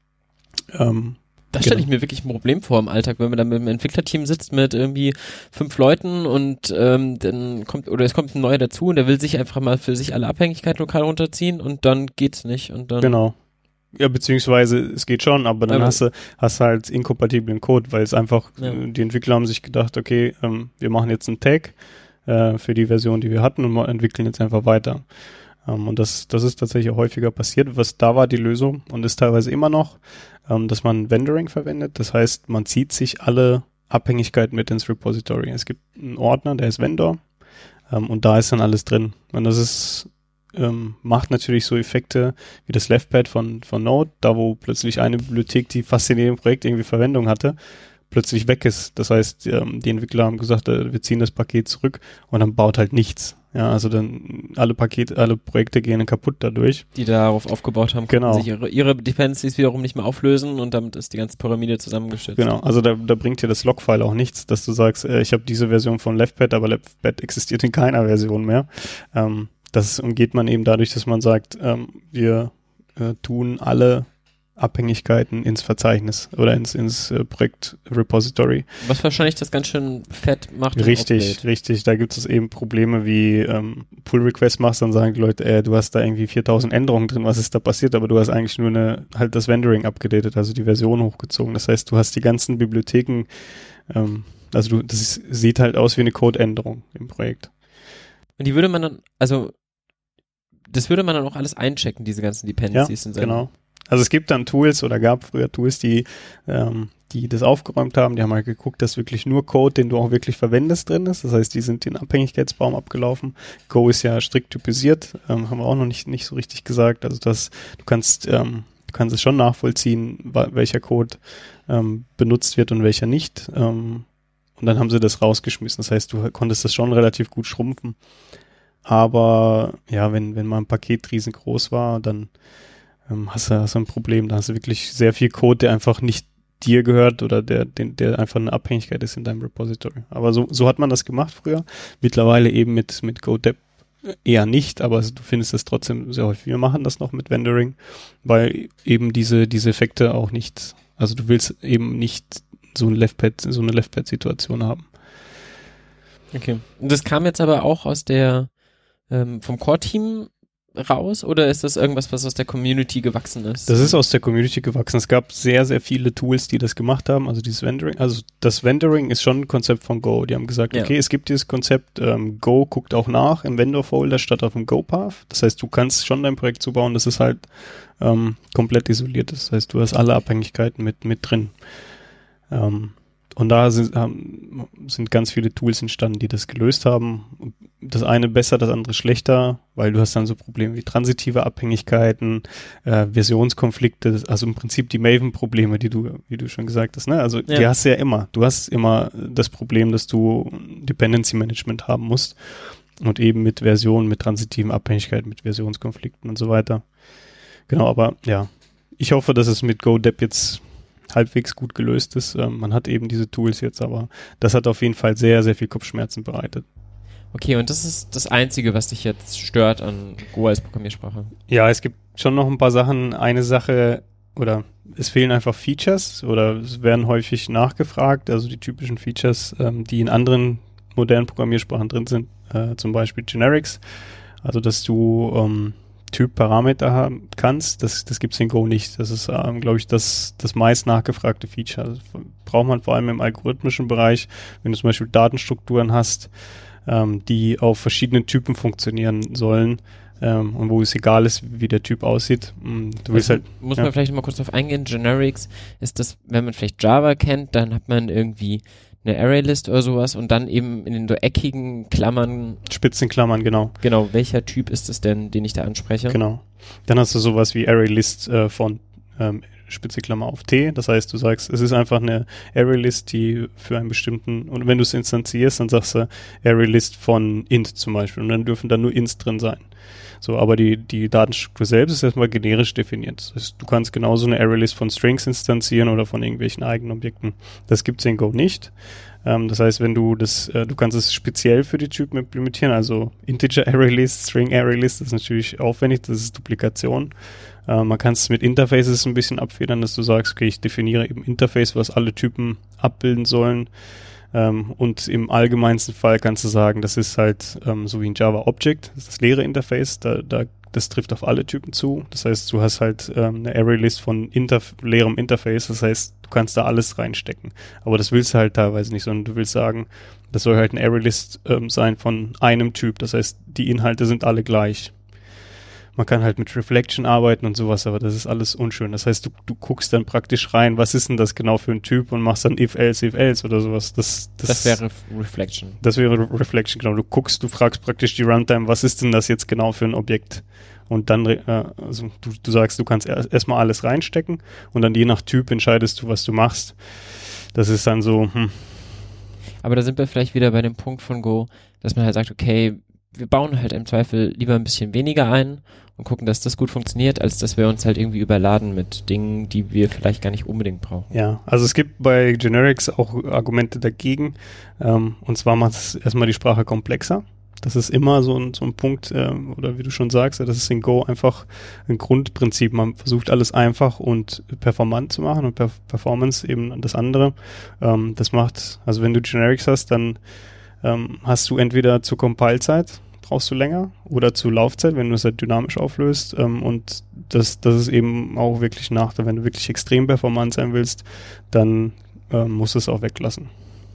Ähm, das stelle genau. ich mir wirklich ein Problem vor im Alltag, wenn man dann mit einem Entwicklerteam sitzt mit irgendwie fünf Leuten und ähm, dann kommt, oder es kommt ein neuer dazu und der will sich einfach mal für sich alle Abhängigkeiten lokal runterziehen und dann geht's nicht und dann. Genau. Ja, beziehungsweise es geht schon, aber dann aber hast du hast halt inkompatiblen Code, weil es einfach, ja. die Entwickler haben sich gedacht, okay, ähm, wir machen jetzt einen Tag äh, für die Version, die wir hatten und wir entwickeln jetzt einfach weiter. Ähm, und das das ist tatsächlich häufiger passiert. Was da war die Lösung und ist teilweise immer noch, ähm, dass man Vendoring verwendet. Das heißt, man zieht sich alle Abhängigkeiten mit ins Repository. Es gibt einen Ordner, der ist Vendor ähm, und da ist dann alles drin. Und das ist Ähm, macht natürlich so Effekte wie das Leftpad von, von Node, da wo plötzlich eine Bibliothek, die fast in jedem Projekt irgendwie Verwendung hatte, plötzlich weg ist. Das heißt, ähm, die Entwickler haben gesagt, äh, wir ziehen das Paket zurück und dann baut halt nichts. Ja, also dann alle Pakete, alle Projekte gehen kaputt dadurch. Die darauf aufgebaut haben, genau. sich ihre, ihre Dependencies wiederum nicht mehr auflösen und damit ist die ganze Pyramide zusammengestürzt. Genau, also da, da bringt dir das Log-File auch nichts, dass du sagst, äh, ich habe diese Version von Leftpad, aber Leftpad existiert in keiner Version mehr. Ähm, Das umgeht man eben dadurch, dass man sagt, ähm, wir äh, tun alle Abhängigkeiten ins Verzeichnis oder ins, ins äh, Projekt-Repository. Was wahrscheinlich das ganz schön fett macht. Richtig, richtig. Da gibt es eben Probleme wie ähm, Pull-Request machst, dann sagen die Leute, äh, du hast da irgendwie viertausend Änderungen drin, was ist da passiert? Aber du hast eigentlich nur eine halt das Vendoring abgedatet, also die Version hochgezogen. Das heißt, du hast die ganzen Bibliotheken, ähm, also du, das ist, sieht halt aus wie eine Codeänderung im Projekt. Und die würde man dann, also das würde man dann auch alles einchecken, diese ganzen Dependencies. Ja, in seinem genau. Also es gibt dann Tools oder gab früher Tools, die ähm, die das aufgeräumt haben. Die haben halt geguckt, dass wirklich nur Code, den du auch wirklich verwendest, drin ist. Das heißt, die sind den Abhängigkeitsbaum abgelaufen. Go ist ja strikt typisiert, ähm, haben wir auch noch nicht nicht so richtig gesagt. Also das, du kannst ähm, du kannst es schon nachvollziehen, welcher Code ähm, benutzt wird und welcher nicht. Ähm, und dann haben sie das rausgeschmissen. Das heißt, du konntest das schon relativ gut schrumpfen. Aber ja, wenn wenn mal ein Paket riesengroß war, dann ähm, hast, du, hast du ein Problem. Da hast du wirklich sehr viel Code, der einfach nicht dir gehört oder der den, der einfach eine Abhängigkeit ist in deinem Repository. Aber so so hat man das gemacht früher. Mittlerweile eben mit mit Go-Deb eher nicht, aber du findest es trotzdem sehr häufig. Wir machen das noch mit Vendoring, weil eben diese diese Effekte auch nicht, also du willst eben nicht so ein Leftpad, so eine Leftpad-Situation haben. Okay. Und das kam jetzt aber auch aus der Ähm, vom Core-Team raus oder ist das irgendwas, was aus der Community gewachsen ist? Das ist aus der Community gewachsen. Es gab sehr, sehr viele Tools, die das gemacht haben. Also dieses Vendoring, also das Vendoring ist schon ein Konzept von Go. Die haben gesagt, ja. okay, es gibt dieses Konzept, ähm, Go guckt auch nach im Vendor-Folder statt auf dem Go-Path. Das heißt, du kannst schon dein Projekt zubauen, das ist halt ähm, komplett isoliert. Das heißt, du hast alle Abhängigkeiten mit, mit drin. Ähm, Und da sind, haben, sind ganz viele Tools entstanden, die das gelöst haben. Das eine besser, das andere schlechter, weil du hast dann so Probleme wie transitive Abhängigkeiten, äh, Versionskonflikte, also im Prinzip die Maven-Probleme, die du, wie du schon gesagt hast, ne? Also ja. die hast du ja immer. Du hast immer das Problem, dass du Dependency Management haben musst und eben mit Versionen, mit transitiven Abhängigkeiten, mit Versionskonflikten und so weiter. Genau, aber ja, ich hoffe, dass es mit GoDep jetzt halbwegs gut gelöst ist. Ähm, man hat eben diese Tools jetzt, aber das hat auf jeden Fall sehr, sehr viel Kopfschmerzen bereitet. Okay, und das ist das Einzige, was dich jetzt stört an Go als Programmiersprache? Ja, es gibt schon noch ein paar Sachen. Eine Sache, oder es fehlen einfach Features oder es werden häufig nachgefragt, also die typischen Features, ähm, die in anderen modernen Programmiersprachen drin sind, äh, zum Beispiel Generics, also dass du ähm, Typ-Parameter haben kannst, das, das gibt es in Go nicht. Das ist, ähm, glaube ich, das, das meist nachgefragte Feature. Das braucht man vor allem im algorithmischen Bereich, wenn du zum Beispiel Datenstrukturen hast, ähm, die auf verschiedenen Typen funktionieren sollen ähm, und wo es egal ist, wie der Typ aussieht. Du willst halt, muss ja. man vielleicht mal kurz darauf eingehen, Generics ist das, wenn man vielleicht Java kennt, dann hat man irgendwie eine Arraylist oder sowas und dann eben in den so eckigen Klammern. Spitzenklammern, genau. Genau, welcher Typ ist es denn, den ich da anspreche? Genau. Dann hast du sowas wie Arraylist äh, von ähm, Spitzenklammer auf T. Das heißt, du sagst, es ist einfach eine Arraylist, die für einen bestimmten, und wenn du es instanzierst, dann sagst du Arraylist von int zum Beispiel und dann dürfen da nur Ints drin sein. So, aber die, die Datenstruktur selbst ist erstmal generisch definiert. Das heißt, du kannst genauso eine Arraylist von Strings instanzieren oder von irgendwelchen eigenen Objekten. Das gibt es in Go nicht. Ähm, das heißt, wenn du das, äh, du kannst es speziell für die Typen implementieren, also Integer Arraylist, String Arraylist, das ist natürlich aufwendig, das ist Duplikation. Äh, man kann es mit Interfaces ein bisschen abfedern, dass du sagst, okay, ich definiere eben Interface, was alle Typen abbilden sollen. Um, und im allgemeinsten Fall kannst du sagen, das ist halt um, so wie ein Java Object, das ist das leere Interface, da, da, das trifft auf alle Typen zu. Das heißt, du hast halt um, eine Arraylist von Interf- leerem Interface, das heißt, du kannst da alles reinstecken. Aber das willst du halt teilweise nicht, sondern du willst sagen, das soll halt eine Arraylist um, sein von einem Typ, das heißt, die Inhalte sind alle gleich. Man kann halt mit Reflection arbeiten und sowas, aber das ist alles unschön. Das heißt, du, du guckst dann praktisch rein, was ist denn das genau für ein Typ und machst dann if, else, if, else oder sowas. Das, das, das wäre Reflection. Das wäre Reflection, genau. Du guckst, du fragst praktisch die Runtime, was ist denn das jetzt genau für ein Objekt? Und dann, äh, also du, du sagst, du kannst erst, erstmal alles reinstecken und dann je nach Typ entscheidest du, was du machst. Das ist dann so, hm. Aber da sind wir vielleicht wieder bei dem Punkt von Go, dass man halt sagt, okay, wir bauen halt im Zweifel lieber ein bisschen weniger ein und gucken, dass das gut funktioniert, als dass wir uns halt irgendwie überladen mit Dingen, die wir vielleicht gar nicht unbedingt brauchen. Ja, also es gibt bei Generics auch Argumente dagegen. Ähm, und zwar macht es erstmal die Sprache komplexer. Das ist immer so ein, so ein Punkt, äh, oder wie du schon sagst, das ist in Go einfach ein Grundprinzip. Man versucht alles einfach und performant zu machen und per- Performance eben das andere. Ähm, das macht, also wenn du Generics hast, dann ähm, hast du entweder zur Compile-Zeit brauchst du länger oder zur Laufzeit, wenn du es halt dynamisch auflöst. Ähm, und das, das ist eben auch wirklich ein Nachteil. Wenn du wirklich extrem performant sein willst, dann ähm, musst du es auch weglassen.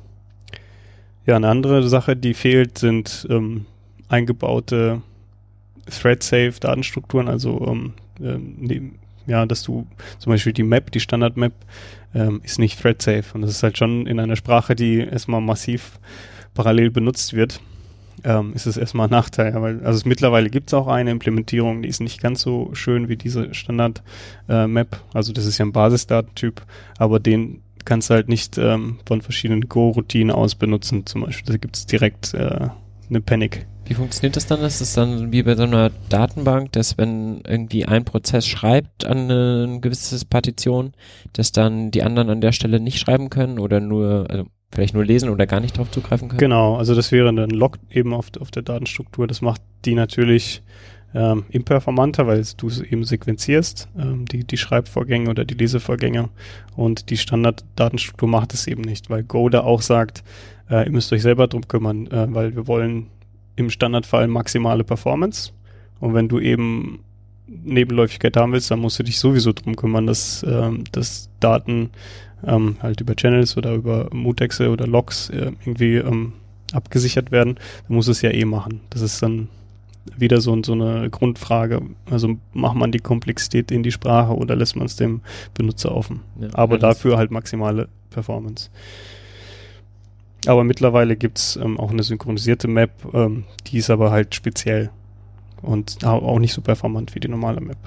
Ja, eine andere Sache, die fehlt, sind ähm, eingebaute Thread-Safe-Datenstrukturen, also ähm, ähm, ja, dass du zum Beispiel die Map, die Standard-Map ähm, ist nicht Thread-Safe und das ist halt schon in einer Sprache, die erstmal massiv parallel benutzt wird, ähm, ist es erstmal ein Nachteil, weil also es, mittlerweile gibt es auch eine Implementierung, die ist nicht ganz so schön wie diese Standard-Map, äh, also das ist ja ein Basisdatentyp, aber den kannst du halt nicht ähm, von verschiedenen Go-Routinen aus benutzen, zum Beispiel, da gibt es direkt äh, eine Panic. Wie funktioniert das dann? Das ist dann wie bei so einer Datenbank, dass wenn irgendwie ein Prozess schreibt an eine gewisse Partition, dass dann die anderen an der Stelle nicht schreiben können oder nur, also vielleicht nur lesen oder gar nicht drauf zugreifen können? Genau, also das wäre dann Log eben auf, auf der Datenstruktur. Das macht die natürlich ähm, imperformanter, weil du es eben sequenzierst, ähm, die, die Schreibvorgänge oder die Lesevorgänge. Und die Standarddatenstruktur macht es eben nicht, weil Go da auch sagt, äh, ihr müsst euch selber drum kümmern, äh, weil wir wollen im Standardfall maximale Performance Und wenn du eben Nebenläufigkeit haben willst, dann musst du dich sowieso drum kümmern, dass, ähm, dass Daten ähm, halt über Channels oder über Mutexe oder Logs äh, irgendwie ähm, abgesichert werden. Dann musst du es ja eh machen. Das ist dann wieder so, so eine Grundfrage. Also macht man die Komplexität in die Sprache oder lässt man es dem Benutzer offen? Ja, aber dafür halt maximale Performance. Aber mittlerweile gibt es ähm, auch eine synchronisierte Map, ähm, die ist aber halt speziell und auch nicht so performant wie die normale Map.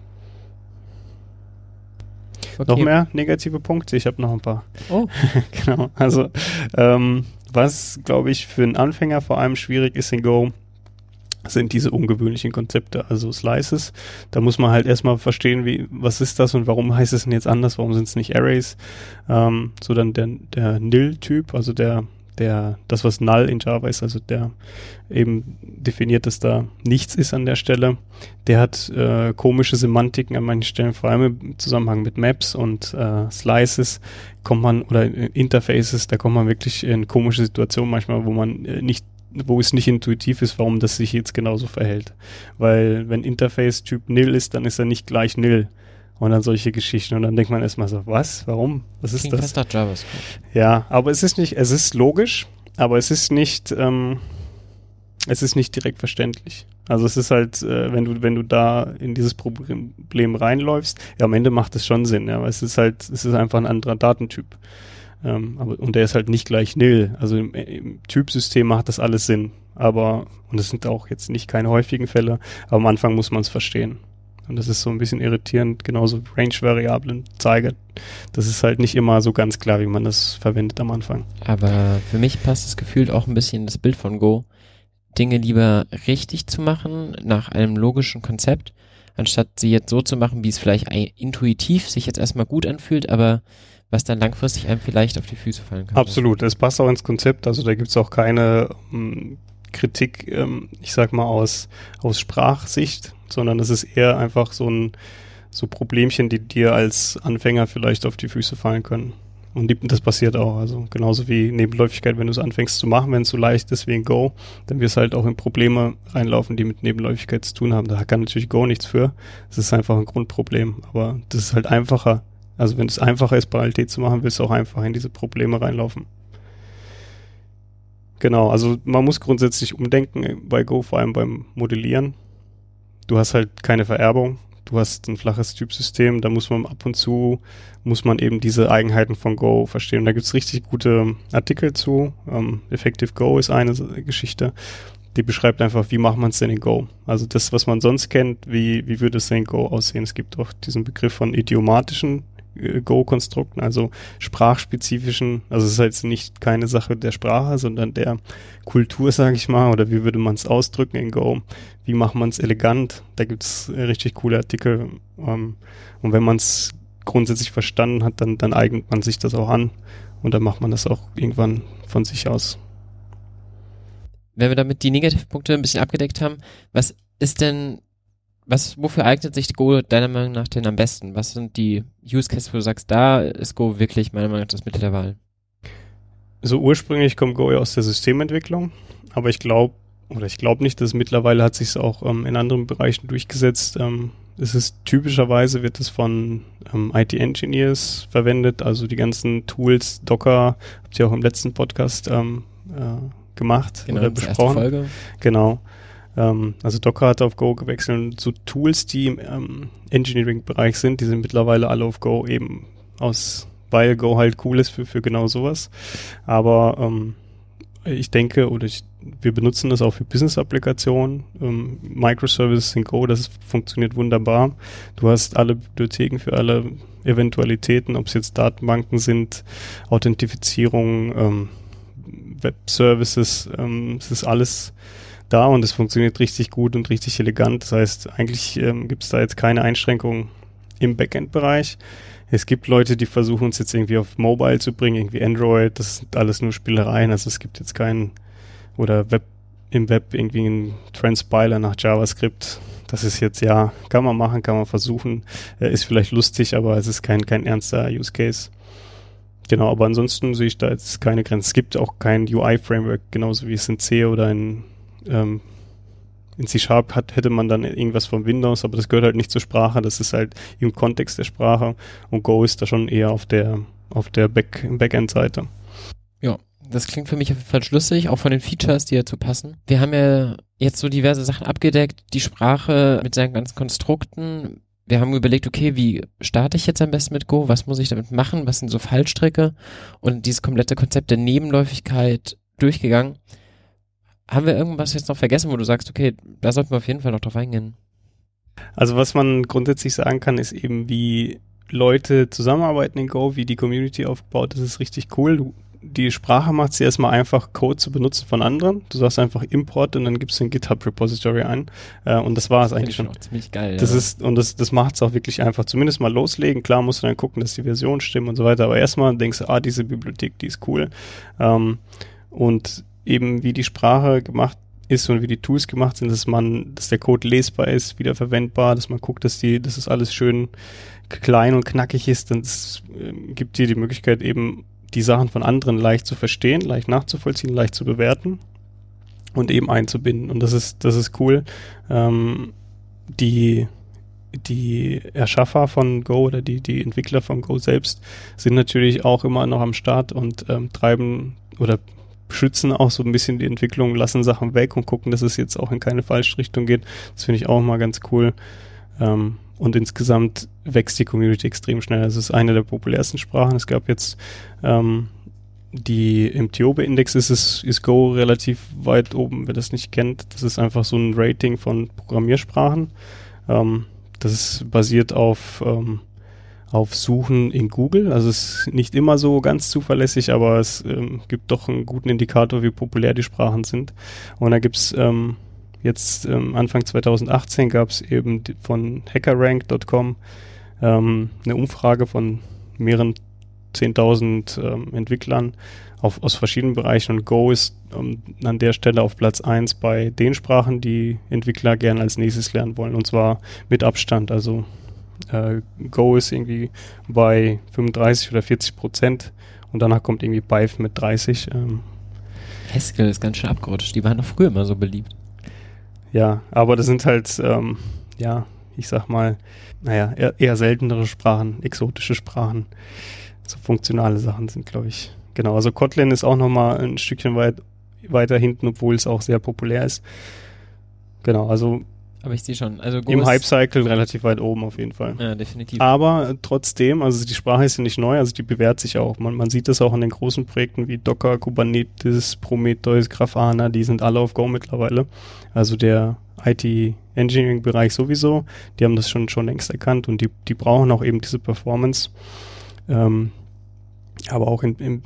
Okay. Noch mehr negative Punkte? Ich habe noch ein paar. Oh. Genau. Also ähm, was, glaube ich, für einen Anfänger vor allem schwierig ist in Go, sind diese ungewöhnlichen Konzepte, also Slices. Da muss man halt erstmal verstehen, wie, was ist das und warum heißt es denn jetzt anders, warum sind es nicht Arrays, ähm, so dann der, der Nil-Typ, also der, der, das was Null in Java ist, also der eben definiert, dass da nichts ist an der Stelle, der hat äh, komische Semantiken an manchen Stellen, vor allem im Zusammenhang mit Maps und äh, Slices kommt man, oder Interfaces, da kommt man wirklich in komische Situationen manchmal, wo man äh, nicht wo es nicht intuitiv ist, warum das sich jetzt genauso verhält. Weil wenn Interface-Typ Nil ist, dann ist er nicht gleich Nil. Und dann solche Geschichten. Und dann denkt man erstmal so, was? Warum? Was ist Klingt das? fast nach JavaScript. Ja, aber es ist nicht, es ist logisch, aber es ist nicht, ähm, es ist nicht direkt verständlich. Also es ist halt, äh, wenn du, wenn du da in dieses Problem reinläufst, ja, am Ende macht es schon Sinn, ja, aber es ist halt, es ist einfach ein anderer Datentyp. Ähm, aber, und der ist halt nicht gleich Nil. Also im, im Typsystem macht das alles Sinn. Aber, und das sind auch jetzt nicht keine häufigen Fälle, aber am Anfang muss man es verstehen. Und das ist so ein bisschen irritierend, genauso Range-Variablen, Zeiger. Das ist halt nicht immer so ganz klar, wie man das verwendet am Anfang. Aber für mich passt es gefühlt auch ein bisschen in das Bild von Go, Dinge lieber richtig zu machen, nach einem logischen Konzept, anstatt sie jetzt so zu machen, wie es vielleicht intuitiv sich jetzt erstmal gut anfühlt, aber was dann langfristig einem vielleicht auf die Füße fallen kann. Absolut, es passt auch ins Konzept, also da gibt es auch keine ähm, Kritik, ähm, ich sag mal aus, aus Sprachsicht, sondern es ist eher einfach so ein so Problemchen, die dir als Anfänger vielleicht auf die Füße fallen können. Und die, das passiert auch, also genauso wie Nebenläufigkeit, wenn du es anfängst zu machen, wenn es so leicht ist wie in Go, dann wirst du halt auch in Probleme reinlaufen, die mit Nebenläufigkeit zu tun haben. Da kann natürlich Go nichts für, es ist einfach ein Grundproblem, aber das ist halt einfacher. Also wenn es einfacher ist, Parallelität zu machen, willst du auch einfach in diese Probleme reinlaufen. Genau, also man muss grundsätzlich umdenken bei Go, vor allem beim Modellieren. Du hast halt keine Vererbung, du hast ein flaches Typsystem, da muss man ab und zu, muss man eben diese Eigenheiten von Go verstehen. Und da gibt es richtig gute Artikel zu. Ähm, Effective Go ist eine Geschichte, die beschreibt einfach, wie macht man es denn in Go. Also das, was man sonst kennt, wie, wie würde es denn in Go aussehen. Es gibt auch diesen Begriff von idiomatischen Go-Konstrukten, also sprachspezifischen, also es ist jetzt nicht keine Sache der Sprache, sondern der Kultur, sage ich mal, oder wie würde man es ausdrücken in Go, wie macht man es elegant, da gibt es richtig coole Artikel ähm, und wenn man es grundsätzlich verstanden hat, dann, dann eignet man sich das auch an und dann macht man das auch irgendwann von sich aus. Wenn wir damit die Negativpunkte ein bisschen abgedeckt haben, was ist denn Was, wofür eignet sich Go deiner Meinung nach denn am besten? Was sind die Use Cases, wo du sagst, da ist Go wirklich meiner Meinung nach das Mittel der Wahl? So ursprünglich kommt Go ja aus der Systementwicklung, aber ich glaube, oder ich glaube nicht, dass mittlerweile hat sich es auch ähm, in anderen Bereichen durchgesetzt. Ähm, es ist typischerweise wird es von ähm, I T-Engineers verwendet, also die ganzen Tools, Docker, habt ihr auch im letzten Podcast ähm, äh, gemacht genau, oder besprochen. Folge. Genau. Um, also Docker hat auf Go gewechselt und so Tools, die im ähm, Engineering-Bereich sind, die sind mittlerweile alle auf Go eben aus, weil Go halt cool ist für, für genau sowas. Aber ähm, ich denke, oder ich, wir benutzen das auch für Business-Applikationen, ähm, Microservices in Go, das funktioniert wunderbar. Du hast alle Bibliotheken für alle Eventualitäten, ob es jetzt Datenbanken sind, Authentifizierung, ähm, Web-Services, ähm, es ist alles da und es funktioniert richtig gut und richtig elegant. Das heißt, eigentlich ähm, gibt es da jetzt keine Einschränkungen im Backend-Bereich. Es gibt Leute, die versuchen uns jetzt irgendwie auf Mobile zu bringen, irgendwie Android, das sind alles nur Spielereien, also es gibt jetzt keinen, oder Web, im Web irgendwie einen Transpiler nach JavaScript. Das ist jetzt, ja, kann man machen, kann man versuchen, äh, ist vielleicht lustig, aber es ist kein, kein ernster Use Case. Genau, aber ansonsten sehe ich da jetzt keine Grenze. Es gibt auch kein U I-Framework, genauso wie es in C oder in Ähm, in C-Sharp hat, hätte man dann irgendwas von Windows, aber das gehört halt nicht zur Sprache, das ist halt im Kontext der Sprache und Go ist da schon eher auf der, auf der Back, Backend-Seite. Ja, das klingt für mich auf jeden Fall schlüssig, auch von den Features, die dazu passen. Wir haben ja jetzt so diverse Sachen abgedeckt, die Sprache mit seinen ganzen Konstrukten. Wir haben überlegt, okay, wie starte ich jetzt am besten mit Go? Was muss ich damit machen? Was sind so Fallstricke? Und dieses komplette Konzept der Nebenläufigkeit durchgegangen. Haben wir irgendwas jetzt noch vergessen, wo du sagst, okay, da sollten wir auf jeden Fall noch drauf eingehen? Also was man grundsätzlich sagen kann, ist eben, wie Leute zusammenarbeiten in Go, wie die Community aufgebaut ist, ist richtig cool. Du, die Sprache macht es dir erstmal einfach, Code zu benutzen von anderen. Du sagst einfach Import und dann gibst du ein GitHub-Repository ein. Äh, und das war es eigentlich schon. Auch ziemlich geil. Das ja. ist, und das, das macht es auch wirklich einfach. Zumindest mal loslegen. Klar musst du dann gucken, dass die Versionen stimmen und so weiter. Aber erstmal denkst du, ah, diese Bibliothek, die ist cool. Ähm, und eben wie die Sprache gemacht ist und wie die Tools gemacht sind, dass man, dass der Code lesbar ist, wiederverwendbar, dass man guckt, dass die, dass es alles schön klein und knackig ist, dann äh, gibt dir die Möglichkeit eben die Sachen von anderen leicht zu verstehen, leicht nachzuvollziehen, leicht zu bewerten und eben einzubinden. Und das ist, das ist cool. Ähm, die Die Erschaffer von Go oder die, die Entwickler von Go selbst sind natürlich auch immer noch am Start und ähm, treiben oder schützen auch so ein bisschen die Entwicklung, lassen Sachen weg und gucken, dass es jetzt auch in keine falsche Richtung geht. Das finde ich auch mal ganz cool. Ähm, und insgesamt wächst die Community extrem schnell. Es ist eine der populärsten Sprachen. Es gab jetzt ähm, die im Tiobe-Index ist es ist Go relativ weit oben, wer das nicht kennt. Das ist einfach so ein Rating von Programmiersprachen. Ähm, das ist basiert auf ähm, auf Suchen in Google. Also es ist nicht immer so ganz zuverlässig, aber es ähm, gibt doch einen guten Indikator, wie populär die Sprachen sind. Und da gibt es ähm, jetzt ähm, Anfang zwanzig achtzehn gab es eben die, von hackerrank Punkt com ähm, eine Umfrage von mehreren zehntausend ähm, Entwicklern auf, aus verschiedenen Bereichen und Go ist ähm, an der Stelle auf Platz eins bei den Sprachen, die Entwickler gerne als nächstes lernen wollen und zwar mit Abstand. Also Uh, Go ist irgendwie bei fünfunddreißig oder vierzig Prozent und danach kommt irgendwie Python mit dreißig. Ähm. Haskell ist ganz schön abgerutscht. Die waren doch früher immer so beliebt. Ja, aber das sind halt, ähm, ja, ich sag mal, naja, eher, eher seltenere Sprachen, exotische Sprachen. So funktionale Sachen sind, glaube ich, genau. Also Kotlin ist auch nochmal ein Stückchen weit weiter hinten, obwohl es auch sehr populär ist. Genau, also Aber ich sehe schon. Also Go im Hype-Cycle relativ weit oben auf jeden Fall. Ja, definitiv. Aber äh, trotzdem, also die Sprache ist ja nicht neu, also die bewährt sich auch. Man, man sieht das auch in den großen Projekten wie Docker, Kubernetes, Prometheus, Grafana, die sind alle auf Go mittlerweile. Also der I T-Engineering-Bereich sowieso, die haben das schon, schon längst erkannt und die, die brauchen auch eben diese Performance. Ähm, aber auch in, im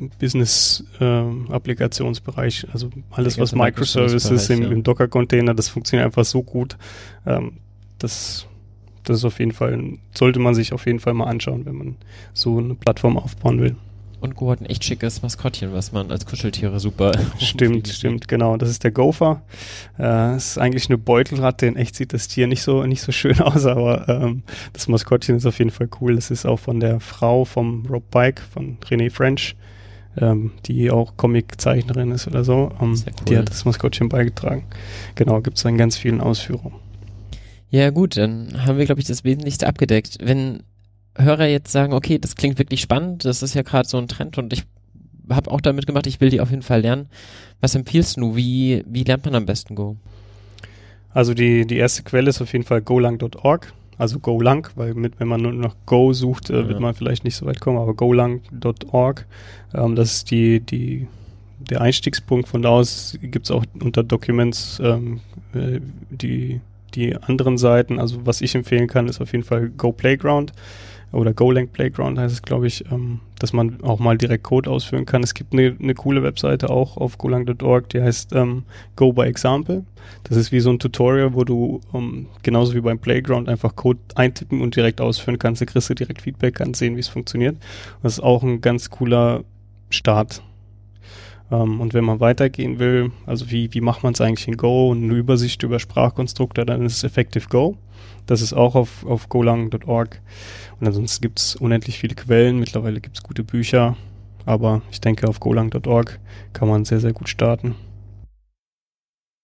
Business-Applikationsbereich, ähm, also alles, was Microservices im, ja. im Docker-Container, das funktioniert einfach so gut. Ähm, das, das ist auf jeden Fall, sollte man sich auf jeden Fall mal anschauen, wenn man so eine Plattform aufbauen will. Und Go hat ein echt schickes Maskottchen, was man als Kuscheltiere super Stimmt, stimmt, genau. Das ist der Gopher. Äh, das ist eigentlich eine Beutelratte. In echt sieht das Tier nicht so nicht so schön aus, aber ähm, das Maskottchen ist auf jeden Fall cool. Das ist auch von der Frau vom Rob Pike, von René French, ähm, die auch Comic-Zeichnerin ist oder so. Ähm, cool. Die hat das Maskottchen beigetragen. Genau, gibt es in ganz vielen Ausführungen. Ja gut, dann haben wir, glaube ich, das Wesentlichste abgedeckt. Wenn Hörer jetzt sagen, okay, das klingt wirklich spannend, das ist ja gerade so ein Trend und ich habe auch damit gemacht, ich will die auf jeden Fall lernen. Was empfiehlst du? Wie, wie lernt man am besten Go? Also die, die erste Quelle ist auf jeden Fall golang Punkt org, also Golang, weil mit, wenn man nur noch Go sucht, äh, ja. wird man vielleicht nicht so weit kommen, aber golang Punkt org, ähm, das ist die, die, der Einstiegspunkt. Von da aus gibt es auch unter Documents ähm, äh, die, die anderen Seiten. Also was ich empfehlen kann, ist auf jeden Fall Go Playground. Oder Golang Playground heißt es, glaube ich, ähm, dass man auch mal direkt Code ausführen kann. Es gibt eine, eine coole Webseite auch auf golang Punkt org, die heißt ähm, Go by Example. Das ist wie so ein Tutorial, wo du ähm, genauso wie beim Playground einfach Code eintippen und direkt ausführen kannst. Da kriegst du direkt Feedback, kannst sehen, wie es funktioniert. Das ist auch ein ganz cooler Start. Ähm, und wenn man weitergehen will, also wie, wie macht man es eigentlich in Go und eine Übersicht über Sprachkonstrukte, dann ist es Effective Go. Das ist auch auf, auf golang Punkt org. Und ansonsten gibt es unendlich viele Quellen. Mittlerweile gibt es gute Bücher. Aber ich denke, auf golang Punkt org kann man sehr, sehr gut starten.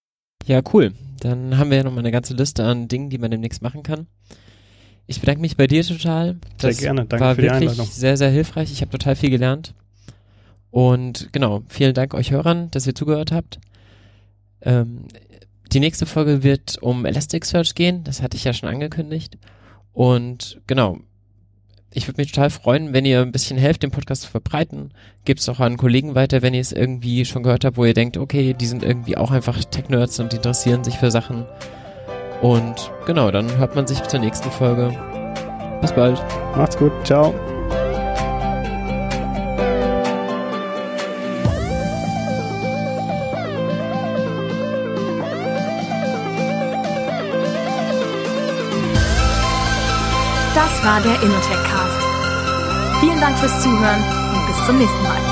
Ja, cool. Dann haben wir ja noch mal eine ganze Liste an Dingen, die man demnächst machen kann. Ich bedanke mich bei dir total. Das sehr gerne, danke war für die wirklich Einladung. sehr, sehr hilfreich. Ich habe total viel gelernt. Und genau, vielen Dank euch Hörern, dass ihr zugehört habt. Ähm, die nächste Folge wird um Elasticsearch gehen. Das hatte ich ja schon angekündigt. Und genau, ich würde mich total freuen, wenn ihr ein bisschen helft, den Podcast zu verbreiten. Gebt es auch an Kollegen weiter, wenn ihr es irgendwie schon gehört habt, wo ihr denkt, okay, die sind irgendwie auch einfach Tech-Nerds und interessieren sich für Sachen. Und genau, dann hört man sich zur nächsten Folge. Bis bald. Macht's gut. Ciao. Das war der InnoTech-Cast. Vielen Dank fürs Zuhören und bis zum nächsten Mal.